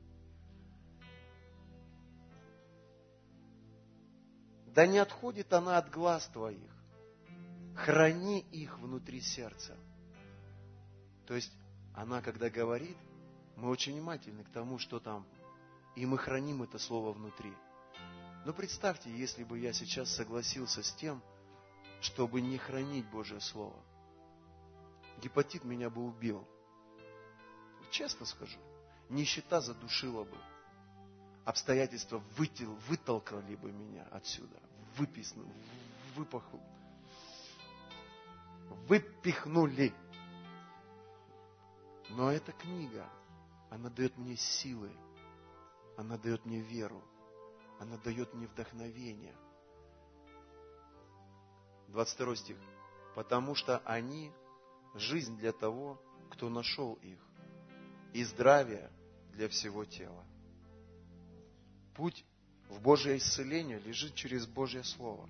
Да не отходит она от глаз твоих, храни их внутри сердца. То есть, она, когда говорит, мы очень внимательны к тому, что там, и мы храним это слово внутри. Но представьте, если бы я сейчас согласился с тем, чтобы не хранить Божье Слово. Гепатит меня бы убил. Честно скажу. Нищета задушила бы. Обстоятельства вытолкали бы меня отсюда. Выпихнули. Но эта книга, она дает мне силы. Она дает мне веру. Она дает мне вдохновение. 22 стих. Потому что они жизнь для того, кто нашел их, и здравие для всего тела. Путь в Божье исцеление лежит через Божье Слово.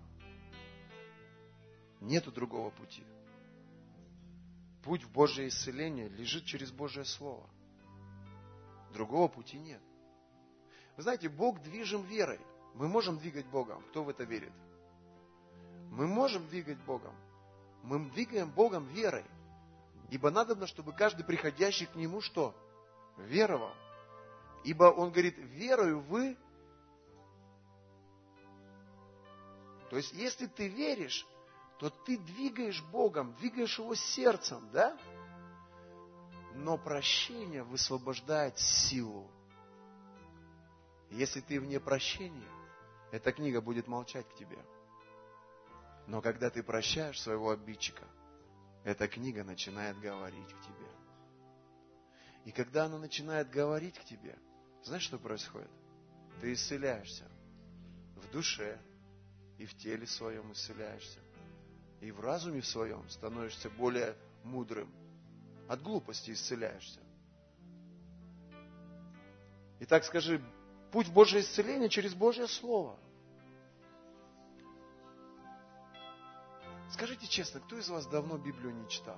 Нету другого пути. Путь в Божье исцеление лежит через Божье Слово. Другого пути нет. Вы знаете, Бог движим верой. Мы можем двигать Богом. Кто в это верит? Мы можем двигать Богом. Мы двигаем Богом верой. Ибо надобно, чтобы каждый приходящий к Нему что? Веровал. Ибо Он говорит, верою вы. То есть, если ты веришь, то ты двигаешь Богом, двигаешь Его сердцем, да? Но прощение высвобождает силу. Если ты вне прощения, эта книга будет молчать к тебе. Но когда ты прощаешь своего обидчика, эта книга начинает говорить к тебе. И когда она начинает говорить к тебе, знаешь, что происходит? Ты исцеляешься, в душе и в теле своем исцеляешься. И в разуме своем становишься более мудрым. От глупости исцеляешься. Итак, скажи, путь в Божие исцеление через Божье Слово. Скажите честно, кто из вас давно Библию не читал?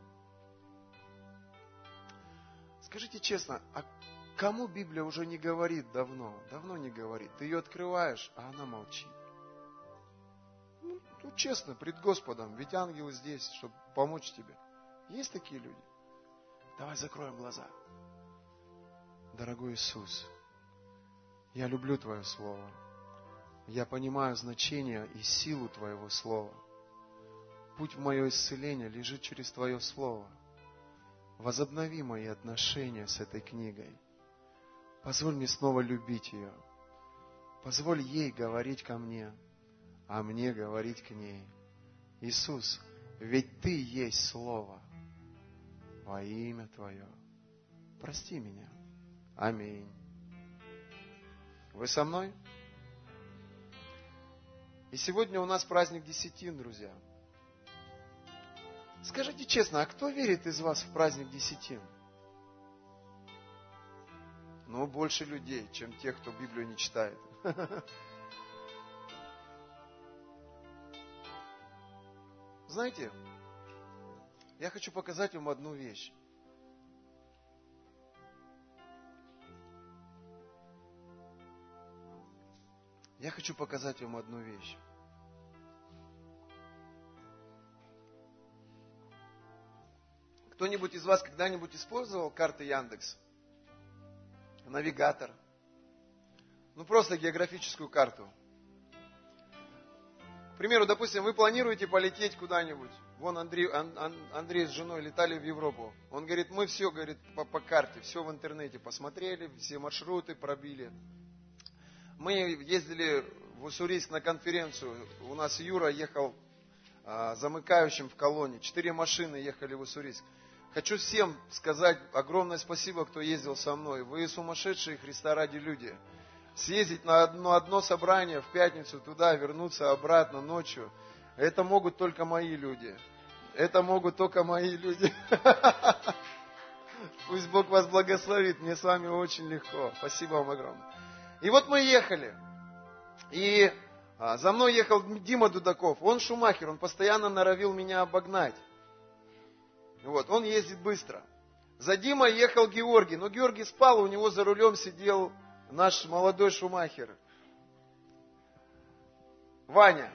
Скажите честно, а кому Библия уже не говорит давно? Давно не говорит. Ты ее открываешь, а она молчит. Ну, честно, пред Господом. Ведь ангелы здесь, чтобы помочь тебе. Есть такие люди? Давай закроем глаза. Дорогой Иисус, я люблю Твое Слово. Я понимаю значение и силу Твоего Слова. Путь в мое исцеление лежит через Твое Слово. Возобнови мои отношения с этой книгой. Позволь мне снова любить ее. Позволь ей говорить ко мне, а мне говорить к ней. Иисус, ведь Ты есть Слово. Во имя Твое. Прости меня. Аминь. Вы со мной? И сегодня у нас праздник Десятин, друзья. Скажите честно, а кто верит из вас в праздник Десятин? Ну, больше людей, чем тех, кто Библию не читает. Знаете, я хочу показать вам одну вещь. Я хочу показать вам одну вещь. Кто-нибудь из вас когда-нибудь использовал карты Яндекс? Навигатор? Ну, просто географическую карту. К примеру, допустим, вы планируете полететь куда-нибудь. Вон Андрей с женой летали в Европу. Он говорит, мы все, говорит, по карте, все в интернете посмотрели, все маршруты пробили. Мы ездили в Уссурийск на конференцию. У нас Юра ехал замыкающим в колонне. 4 машины ехали в Уссурийск. Хочу всем сказать огромное спасибо, кто ездил со мной. Вы сумасшедшие Христа ради люди. Съездить на одно собрание в пятницу туда, вернуться обратно ночью. Это могут только мои люди. Это могут только мои люди. Пусть Бог вас благословит. Мне с вами очень легко. Спасибо вам огромное. И вот мы ехали. И за мной ехал Дима Дудаков. Он шумахер, он постоянно норовил меня обогнать. Вот, он ездит быстро. За Димой ехал Георгий. Но Георгий спал, у него за рулем сидел наш молодой шумахер. Ваня.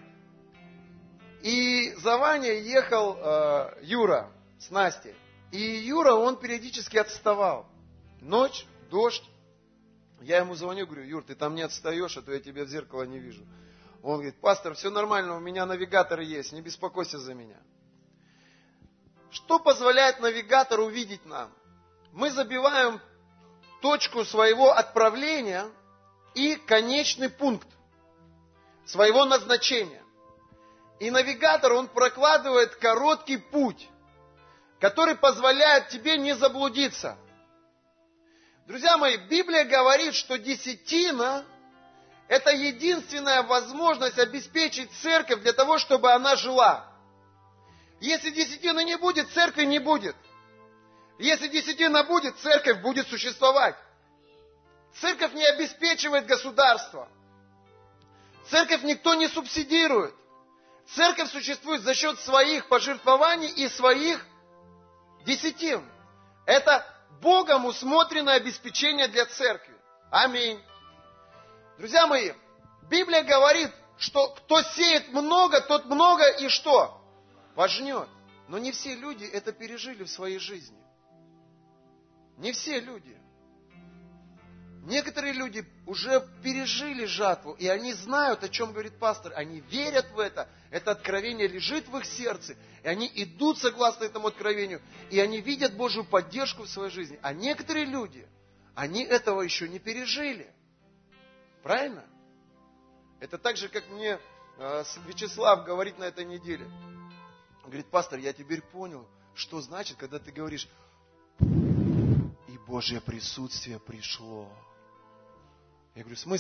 И за Ваней ехал Юра с Настей. И Юра, он периодически отставал. Ночь, дождь. Я ему звоню, говорю, Юр, ты там не отстаешь, а то я тебя в зеркало не вижу. Он говорит, пастор, все нормально, у меня навигатор есть, не беспокойся за меня. Что позволяет навигатору увидеть нам? Мы забиваем точку своего отправления и конечный пункт своего назначения. И навигатор, он прокладывает короткий путь, который позволяет тебе не заблудиться. Друзья мои, Библия говорит, что десятина – это единственная возможность обеспечить церковь для того, чтобы она жила. Если десятины не будет, церкви не будет. Если десятина будет, церковь будет существовать. Церковь не обеспечивает государство. Церковь никто не субсидирует. Церковь существует за счет своих пожертвований и своих десятин. Это Богом усмотренное обеспечение для церкви. Аминь. Друзья мои, Библия говорит, что кто сеет много, тот много и что? Пожнет. Но не все люди это пережили в своей жизни. Не все люди. Некоторые люди уже пережили жатву, и они знают, о чем говорит пастор. Они верят в это. Это откровение лежит в их сердце. И они идут согласно этому откровению. И они видят Божью поддержку в своей жизни. А некоторые люди, они этого еще не пережили. Правильно? Это так же, как мне Вячеслав говорит на этой неделе. Он говорит, пастор, я теперь понял, что значит, когда ты говоришь, и Божье присутствие пришло. Я говорю, в смысле?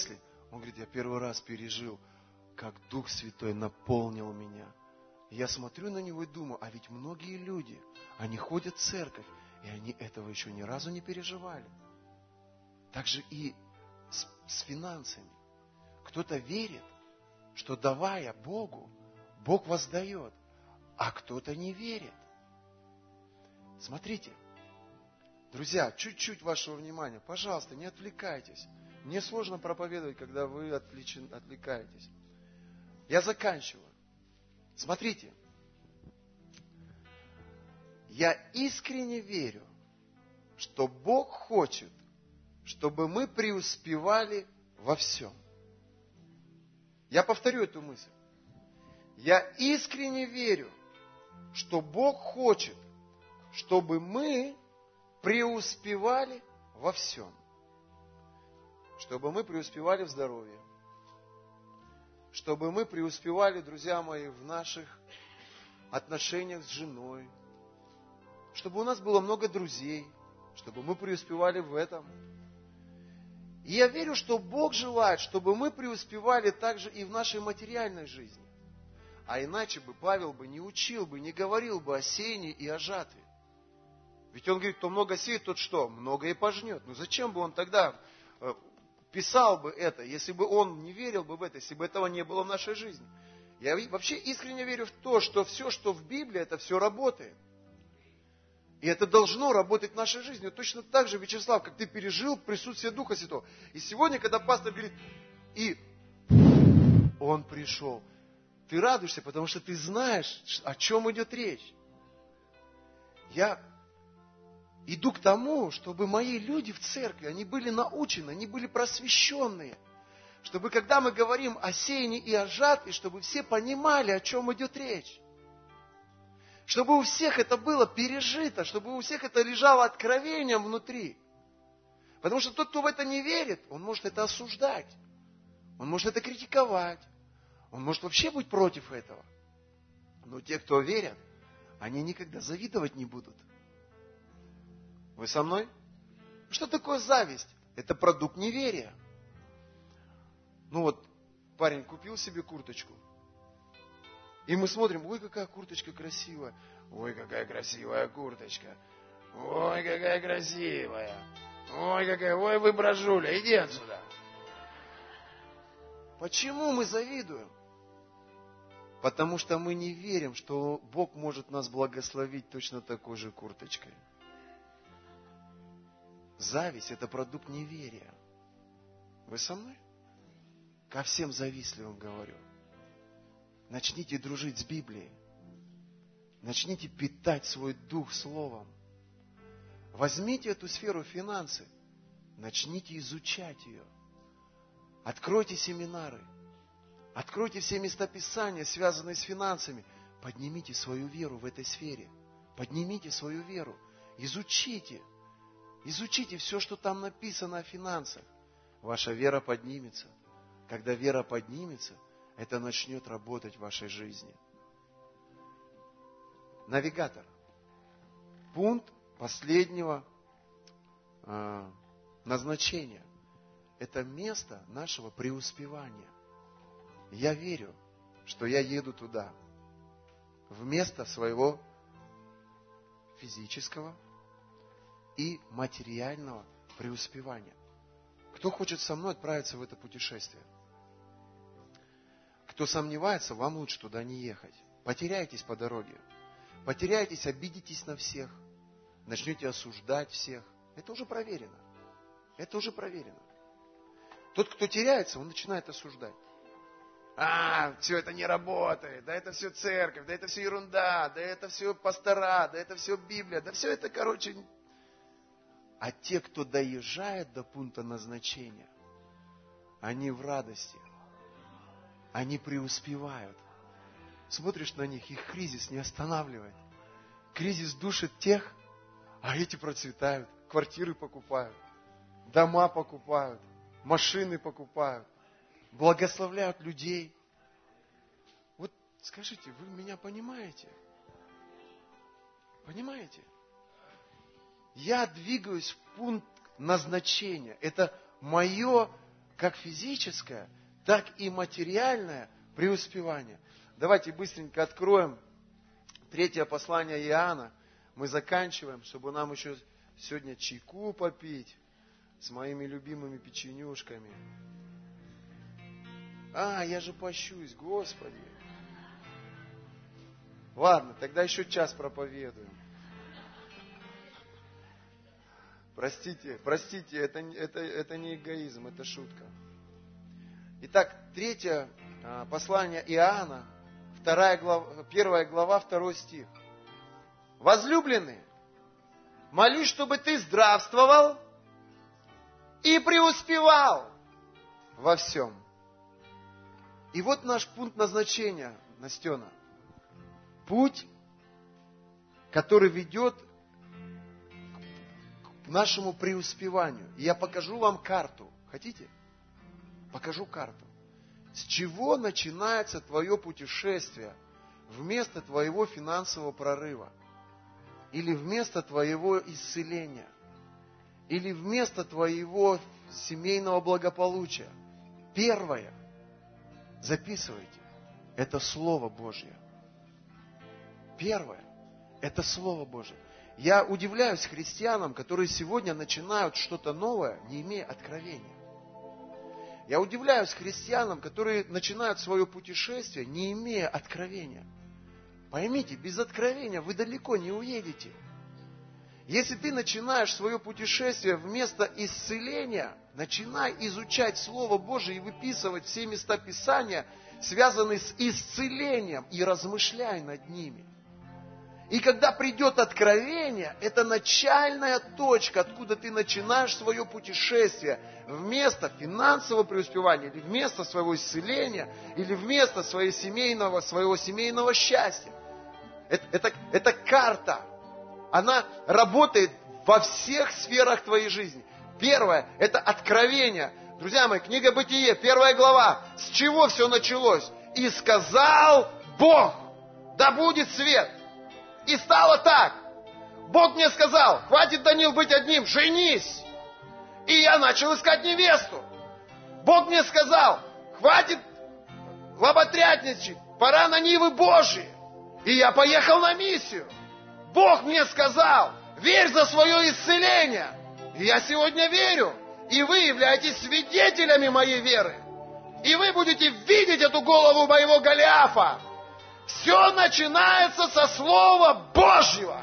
Он говорит, я первый раз пережил, как Дух Святой наполнил меня. И я смотрю на него и думаю, а ведь многие люди, они ходят в церковь, и они этого еще ни разу не переживали. Так же и с финансами. Кто-то верит, что давая Богу, Бог воздает, а кто-то не верит. Смотрите, друзья, чуть-чуть вашего внимания, пожалуйста, не отвлекайтесь. Мне сложно проповедовать, когда вы отвлекаетесь. Я заканчиваю. Смотрите, я искренне верю, что Бог хочет, чтобы мы преуспевали во всем. Я повторю эту мысль. Я искренне верю, что Бог хочет, чтобы мы преуспевали во всем. Чтобы мы преуспевали в здоровье. Чтобы мы преуспевали, друзья мои, в наших отношениях с женой. Чтобы у нас было много друзей. Чтобы мы преуспевали в этом. И я верю, что Бог желает, чтобы мы преуспевали также и в нашей материальной жизни. А иначе бы Павел бы не учил бы, не говорил бы о сеянии и о жатве. Ведь он говорит, кто много сеет, тот что? Много и пожнет. Ну зачем бы он тогда писал бы это, если бы он не верил бы в это, если бы этого не было в нашей жизни? Я вообще искренне верю в то, что все, что в Библии, это все работает. И это должно работать в нашей жизни. Точно так же, Вячеслав, как ты пережил присутствие Духа Святого. И сегодня, когда пастор говорит, и он пришел, ты радуешься, потому что ты знаешь, о чем идет речь. Я иду к тому, чтобы мои люди в церкви, они были научены, они были просвещенные. Чтобы, когда мы говорим о сеянии и о жатве, чтобы все понимали, о чем идет речь. Чтобы у всех это было пережито, чтобы у всех это лежало откровением внутри. Потому что тот, кто в это не верит, он может это осуждать. Он может это критиковать. Он может вообще быть против этого. Но те, кто верят, они никогда завидовать не будут. Вы со мной? Что такое зависть? Это продукт неверия. Ну вот, парень купил себе курточку. И мы смотрим, ой, какая курточка красивая. Ой, какая красивая курточка. Ой, какая красивая. Ой, какая, ой, вы брожуля, иди отсюда. Почему мы завидуем? Потому что мы не верим, что Бог может нас благословить точно такой же курточкой. Зависть – это продукт неверия. Вы со мной? Ко всем завистливым говорю. Начните дружить с Библией. Начните питать свой дух словом. Возьмите эту сферу финансы. Начните изучать ее. Откройте семинары. Откройте все места Писания, связанные с финансами. Поднимите свою веру в этой сфере. Поднимите свою веру. Изучите. Изучите все, что там написано о финансах. Ваша вера поднимется. Когда вера поднимется, это начнет работать в вашей жизни. Навигатор. Пункт последнего назначения. Это место нашего преуспевания. Я верю, что я еду туда. В место своего физического и материального преуспевания. Кто хочет со мной отправиться в это путешествие? Кто сомневается, вам лучше туда не ехать. Потеряйтесь по дороге. Потеряйтесь, обидитесь на всех. Начнете осуждать всех. Это уже проверено. Это уже проверено. Тот, кто теряется, он начинает осуждать. Все это не работает. Да это все церковь. Да это все ерунда. Да это все пастора. Да это все Библия. Да все это, короче... А те, кто доезжает до пункта назначения, они в радости. Они преуспевают. Смотришь на них, их кризис не останавливает. Кризис душит тех, а эти процветают. Квартиры покупают, дома покупают, машины покупают, благословляют людей. Вот скажите, вы меня понимаете? Понимаете? Я двигаюсь в пункт назначения. Это мое как физическое, так и материальное преуспевание. Давайте быстренько откроем 3 послание Иоанна. Мы заканчиваем, чтобы нам еще сегодня чайку попить с моими любимыми печенюшками. Я же пощусь, Господи. Ладно, тогда еще час проповедуем. Простите, это не эгоизм, это шутка. Итак, 3 послание Иоанна, 1 глава, 2 стих. Возлюбленные, молюсь, чтобы ты здравствовал и преуспевал во всем. И вот наш пункт назначения, Настена. Путь, который ведет к нашему преуспеванию. И я покажу вам карту. Хотите? Покажу карту. С чего начинается твое путешествие вместо твоего финансового прорыва? Или вместо твоего исцеления? Или вместо твоего семейного благополучия? Первое. Записывайте. Это Слово Божье. Первое. Это Слово Божье. Я удивляюсь христианам, которые сегодня начинают что-то новое, не имея откровения. Я удивляюсь христианам, которые начинают свое путешествие, не имея откровения. Поймите, без откровения вы далеко не уедете. Если ты начинаешь свое путешествие вместо исцеления, начинай изучать Слово Божие и выписывать все места Писания, связанные с исцелением, и размышляй над ними. И когда придет откровение, это начальная точка, откуда ты начинаешь свое путешествие. Вместо финансового преуспевания, или вместо своего исцеления, или вместо своего семейного счастья. Это карта. Она работает во всех сферах твоей жизни. Первое – это откровение. Друзья мои, книга Бытие, 1 глава. С чего все началось? «И сказал Бог, да будет свет». И стало так. Бог мне сказал: хватит, Данил, быть одним, женись. И я начал искать невесту. Бог мне сказал: хватит лоботрясничать, пора на нивы Божьи. И я поехал на миссию. Бог мне сказал: верь за свое исцеление. И я сегодня верю. И вы являетесь свидетелями моей веры. И вы будете видеть эту голову моего Голиафа. Все начинается со Слова Божьего.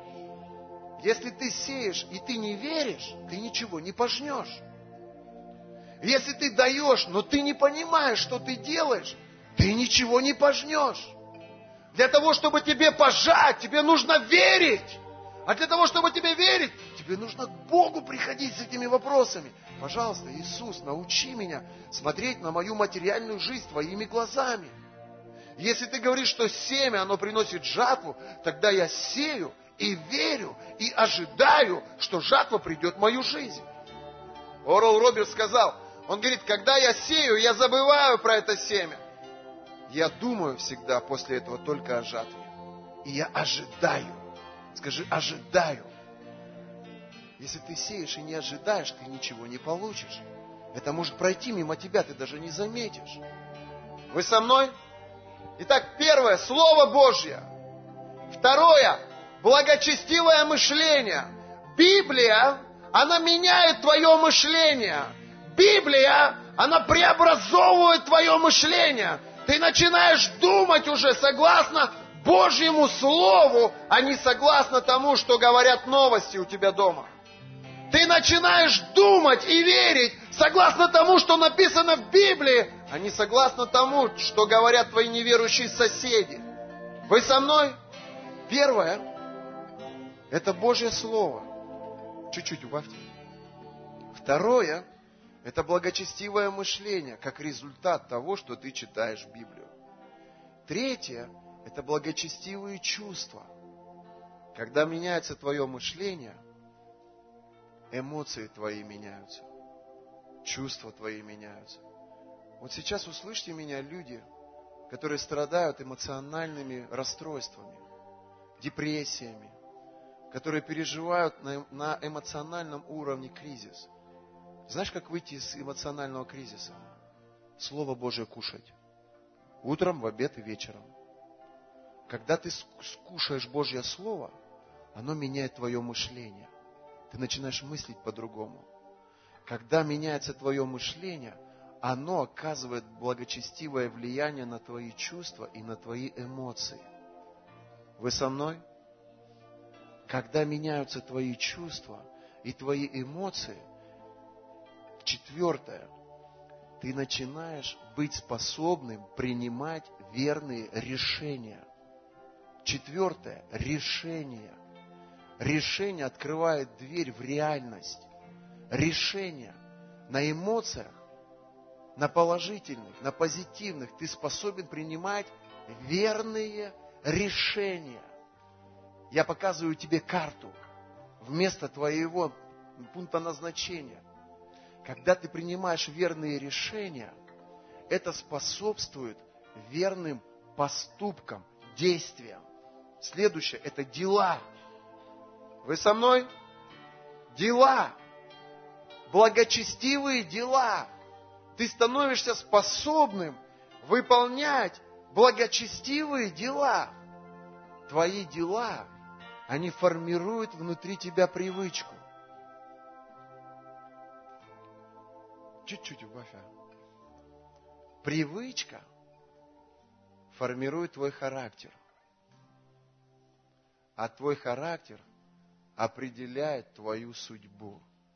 Если ты сеешь и ты не веришь, ты ничего не пожнешь. Если ты даешь, но ты не понимаешь, что ты делаешь, ты ничего не пожнешь. Для того, чтобы тебе пожать, тебе нужно верить. А для того, чтобы тебе верить, тебе нужно к Богу приходить с этими вопросами. Пожалуйста, Иисус, научи меня смотреть на мою материальную жизнь твоими глазами. Если ты говоришь, что семя, оно приносит жатву, тогда я сею и верю, и ожидаю, что жатва придет в мою жизнь. Орел Робертс сказал, он говорит, когда я сею, я забываю про это семя. Я думаю всегда после этого только о жатве. И я ожидаю. Скажи, ожидаю. Если ты сеешь и не ожидаешь, ты ничего не получишь. Это может пройти мимо тебя, ты даже не заметишь. Вы со мной? Итак, первое, Слово Божье. Второе, благочестивое мышление. Библия, она меняет твое мышление. Библия, она преобразовывает твое мышление. Ты начинаешь думать уже согласно Божьему Слову, а не согласно тому, что говорят новости у тебя дома. Ты начинаешь думать и верить согласно тому, что написано в Библии, а не согласно тому, что говорят твои неверующие соседи. Вы со мной? Первое – это Божье Слово. Чуть-чуть убавьте. Второе – это благочестивое мышление, как результат того, что ты читаешь Библию. Третье – это благочестивые чувства. Когда меняется твое мышление, эмоции твои меняются, чувства твои меняются. Вот сейчас услышьте меня, люди, которые страдают эмоциональными расстройствами, депрессиями, которые переживают на эмоциональном уровне кризис. Знаешь, как выйти из эмоционального кризиса? Слово Божие кушать. Утром, в обед и вечером. Когда ты скушаешь Божье Слово, оно меняет твое мышление. Ты начинаешь мыслить по-другому. Когда меняется твое мышление, оно оказывает благочестивое влияние на твои чувства и на твои эмоции. Вы со мной? Когда меняются твои чувства и твои эмоции, четвертое, ты начинаешь быть способным принимать верные решения. Четвертое, решение. Решение открывает дверь в реальность. Решение на эмоциях, на положительных, на позитивных ты способен принимать верные решения. Я показываю тебе карту вместо твоего пункта назначения. Когда ты принимаешь верные решения, это способствует верным поступкам, действиям. Следующее – это дела. Вы со мной? Дела. Благочестивые дела. Ты становишься способным выполнять благочестивые дела. Твои дела, они формируют внутри тебя привычку. Чуть-чуть убавь. Привычка формирует твой характер. А твой характер определяет твою судьбу.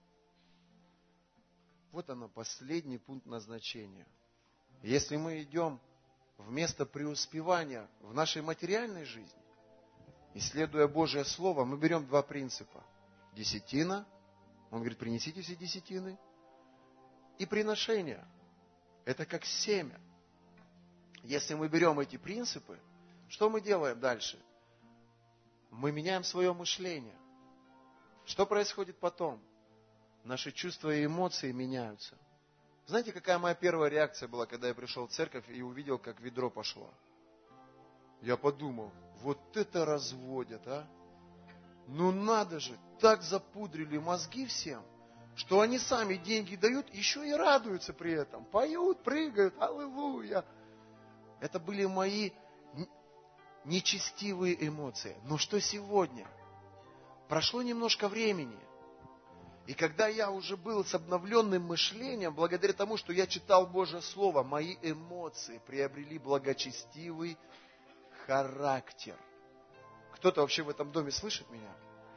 Вот оно, последний пункт назначения. Если мы идем в место преуспевания в нашей материальной жизни, исследуя Божье Слово, мы берем два принципа. Десятина, он говорит, принесите все десятины, и приношение. Это как семя. Если мы берем эти принципы, что мы делаем дальше? Мы меняем свое мышление. Что происходит потом? Наши чувства и эмоции меняются. Знаете, какая моя первая реакция была, когда я пришел в церковь и увидел, как ведро пошло? Я подумал, вот это разводят, а? Ну надо же, так запудрили мозги всем, что они сами деньги дают, еще и радуются при этом. Поют, прыгают, аллилуйя. Это были мои нечестивые эмоции. Но что сегодня? Прошло немножко времени. И когда я уже был с обновленным мышлением, благодаря тому, что я читал Божье Слово, мои эмоции приобрели благочестивый характер. Кто-то вообще в этом доме слышит меня?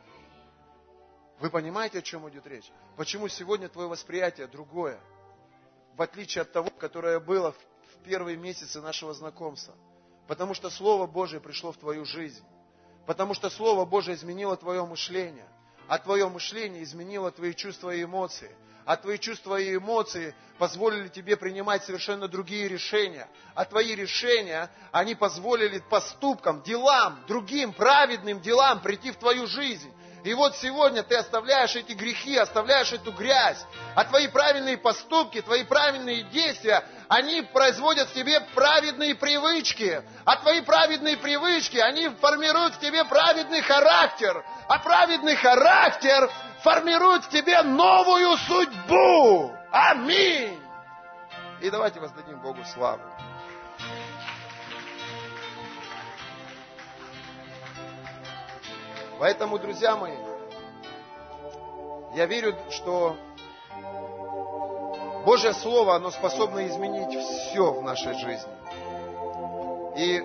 Вы понимаете, о чем идет речь? Почему сегодня твое восприятие другое? В отличие от того, которое было в первые месяцы нашего знакомства. Потому что Слово Божие пришло в твою жизнь. Потому что Слово Божие изменило твое мышление. А твое мышление изменило твои чувства и эмоции. А твои чувства и эмоции позволили тебе принимать совершенно другие решения. А твои решения, они позволили поступкам, делам, другим праведным делам прийти в твою жизнь. И вот сегодня ты оставляешь эти грехи, оставляешь эту грязь. А твои правильные поступки, твои правильные действия, они производят в тебе праведные привычки. А твои праведные привычки, они формируют в тебе праведный характер. А праведный характер формирует в тебе новую судьбу. Аминь. И давайте воздадим Богу славу. Поэтому, друзья мои, я верю, что Божье Слово, оно способно изменить все в нашей жизни. И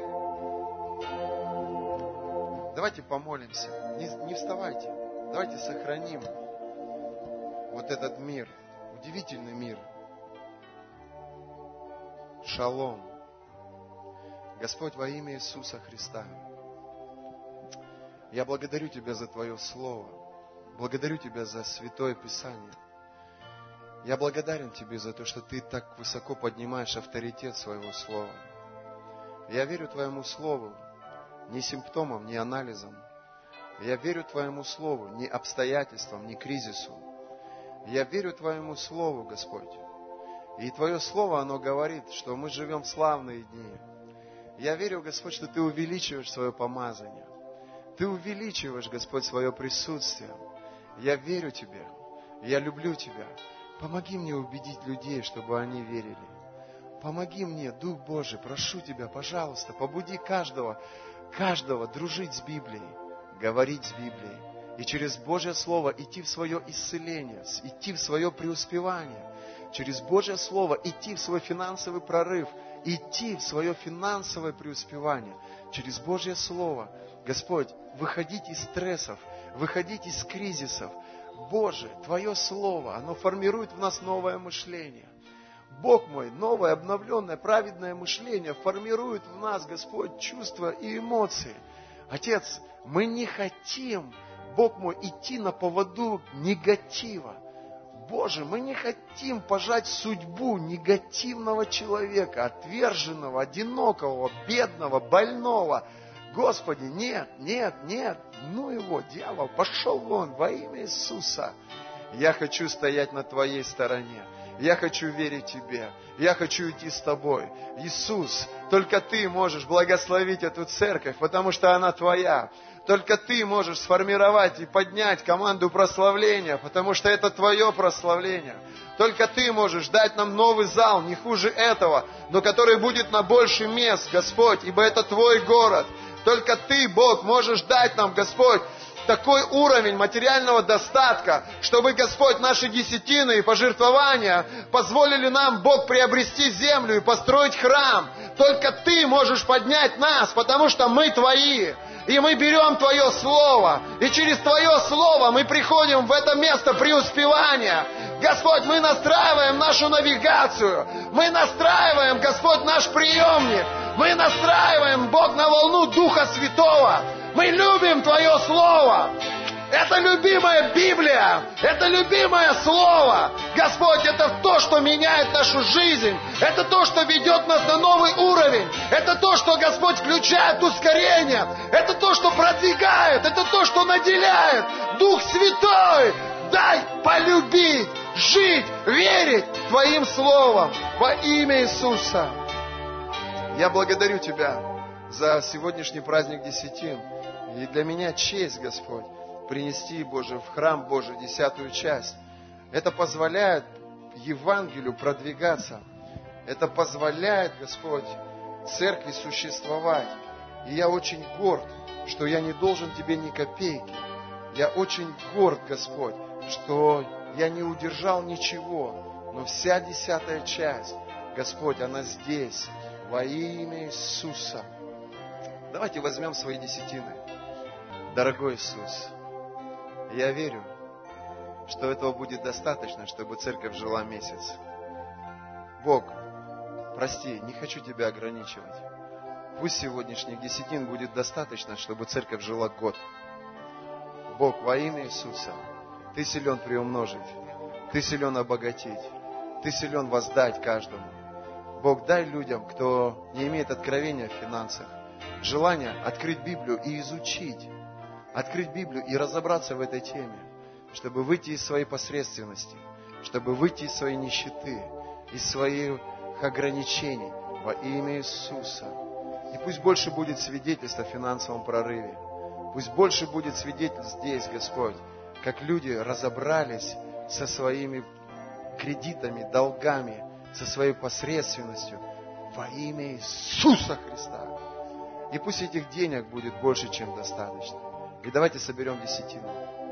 давайте помолимся. Не вставайте. Давайте сохраним вот этот мир, удивительный мир. Шалом. Господь, во имя Иисуса Христа, я благодарю Тебя за Твое Слово. Благодарю Тебя за Святое Писание. Я благодарен Тебе за то, что Ты так высоко поднимаешь авторитет Своего Слова. Я верю Твоему Слову не симптомам, не анализам. Я верю Твоему Слову не обстоятельствам, не кризису. Я верю Твоему Слову, Господь. И Твое Слово, оно говорит, что мы живем в славные дни. Я верю, Господь, что Ты увеличиваешь свое помазание. Ты увеличиваешь, Господь, свое присутствие. Я верю Тебе. Я люблю Тебя. Помоги мне убедить людей, чтобы они верили. Помоги мне, Дух Божий, прошу Тебя, пожалуйста, побуди каждого дружить с Библией, говорить с Библией. И через Божье Слово идти в свое исцеление, идти в свое преуспевание. Через Божье Слово идти в свой финансовый прорыв, идти в свое финансовое преуспевание. Через Божье Слово, Господь, выходить из стрессов, выходить из кризисов. Боже, Твое Слово, оно формирует в нас новое мышление. Бог мой, новое, обновленное, праведное мышление формирует в нас, Господь, чувства и эмоции. Отец, мы не хотим, Бог мой, идти на поводу негатива. Боже, мы не хотим пожать судьбу негативного человека, отверженного, одинокого, бедного, больного. Господи, нет, ну его, дьявол, пошел вон во имя Иисуса. Я хочу стоять на Твоей стороне. Я хочу верить Тебе. Я хочу идти с Тобой. Иисус, только Ты можешь благословить эту церковь, потому что она Твоя. Только Ты можешь сформировать и поднять команду прославления, потому что это Твое прославление. Только Ты можешь дать нам новый зал, не хуже этого, но который будет на больше мест, Господь, ибо это Твой город. Только Ты, Бог, можешь дать нам, Господь, такой уровень материального достатка, чтобы, Господь, наши десятины и пожертвования позволили нам, Бог, приобрести землю и построить храм. Только Ты можешь поднять нас, потому что мы Твои. И мы берем Твое Слово, и через Твое Слово мы приходим в это место преуспевания. Господь, мы настраиваем нашу навигацию, мы настраиваем, Господь, наш приемник, мы настраиваем, Бог, на волну Духа Святого. Мы любим Твое Слово. Это любимая Библия, это любимое Слово. Господь, это то, что меняет нашу жизнь. Это то, что ведет нас на новый уровень. Это то, что, Господь, включает ускорение. Это то, что продвигает. Это то, что наделяет. Дух Святой, дай полюбить, жить, верить Твоим Словом во имя Иисуса. Я благодарю Тебя за сегодняшний праздник Десятин. И для меня честь, Господь, принести, Боже, в храм Божий 10-ю часть. Это позволяет Евангелию продвигаться. Это позволяет, Господь, церкви существовать. И я очень горд, что я не должен Тебе ни копейки. Я очень горд, Господь, что я не удержал ничего. Но вся 10-я часть, Господь, она здесь, во имя Иисуса. Давайте возьмем свои десятины. Дорогой Иисус, я верю, что этого будет достаточно, чтобы церковь жила месяц. Бог, прости, не хочу Тебя ограничивать. Пусть сегодняшних десятин будет достаточно, чтобы церковь жила год. Бог, во имя Иисуса, Ты силен приумножить, Ты силен обогатить, Ты силен воздать каждому. Бог, дай людям, кто не имеет откровения в финансах, желание открыть Библию и изучить. Открыть Библию и разобраться в этой теме, чтобы выйти из своей посредственности, чтобы выйти из своей нищеты, из своих ограничений во имя Иисуса. И пусть больше будет свидетельств о финансовом прорыве. Пусть больше будет свидетельств здесь, Господь, как люди разобрались со своими кредитами, долгами, со своей посредственностью во имя Иисуса Христа. И пусть этих денег будет больше, чем достаточно. И давайте соберем десятину.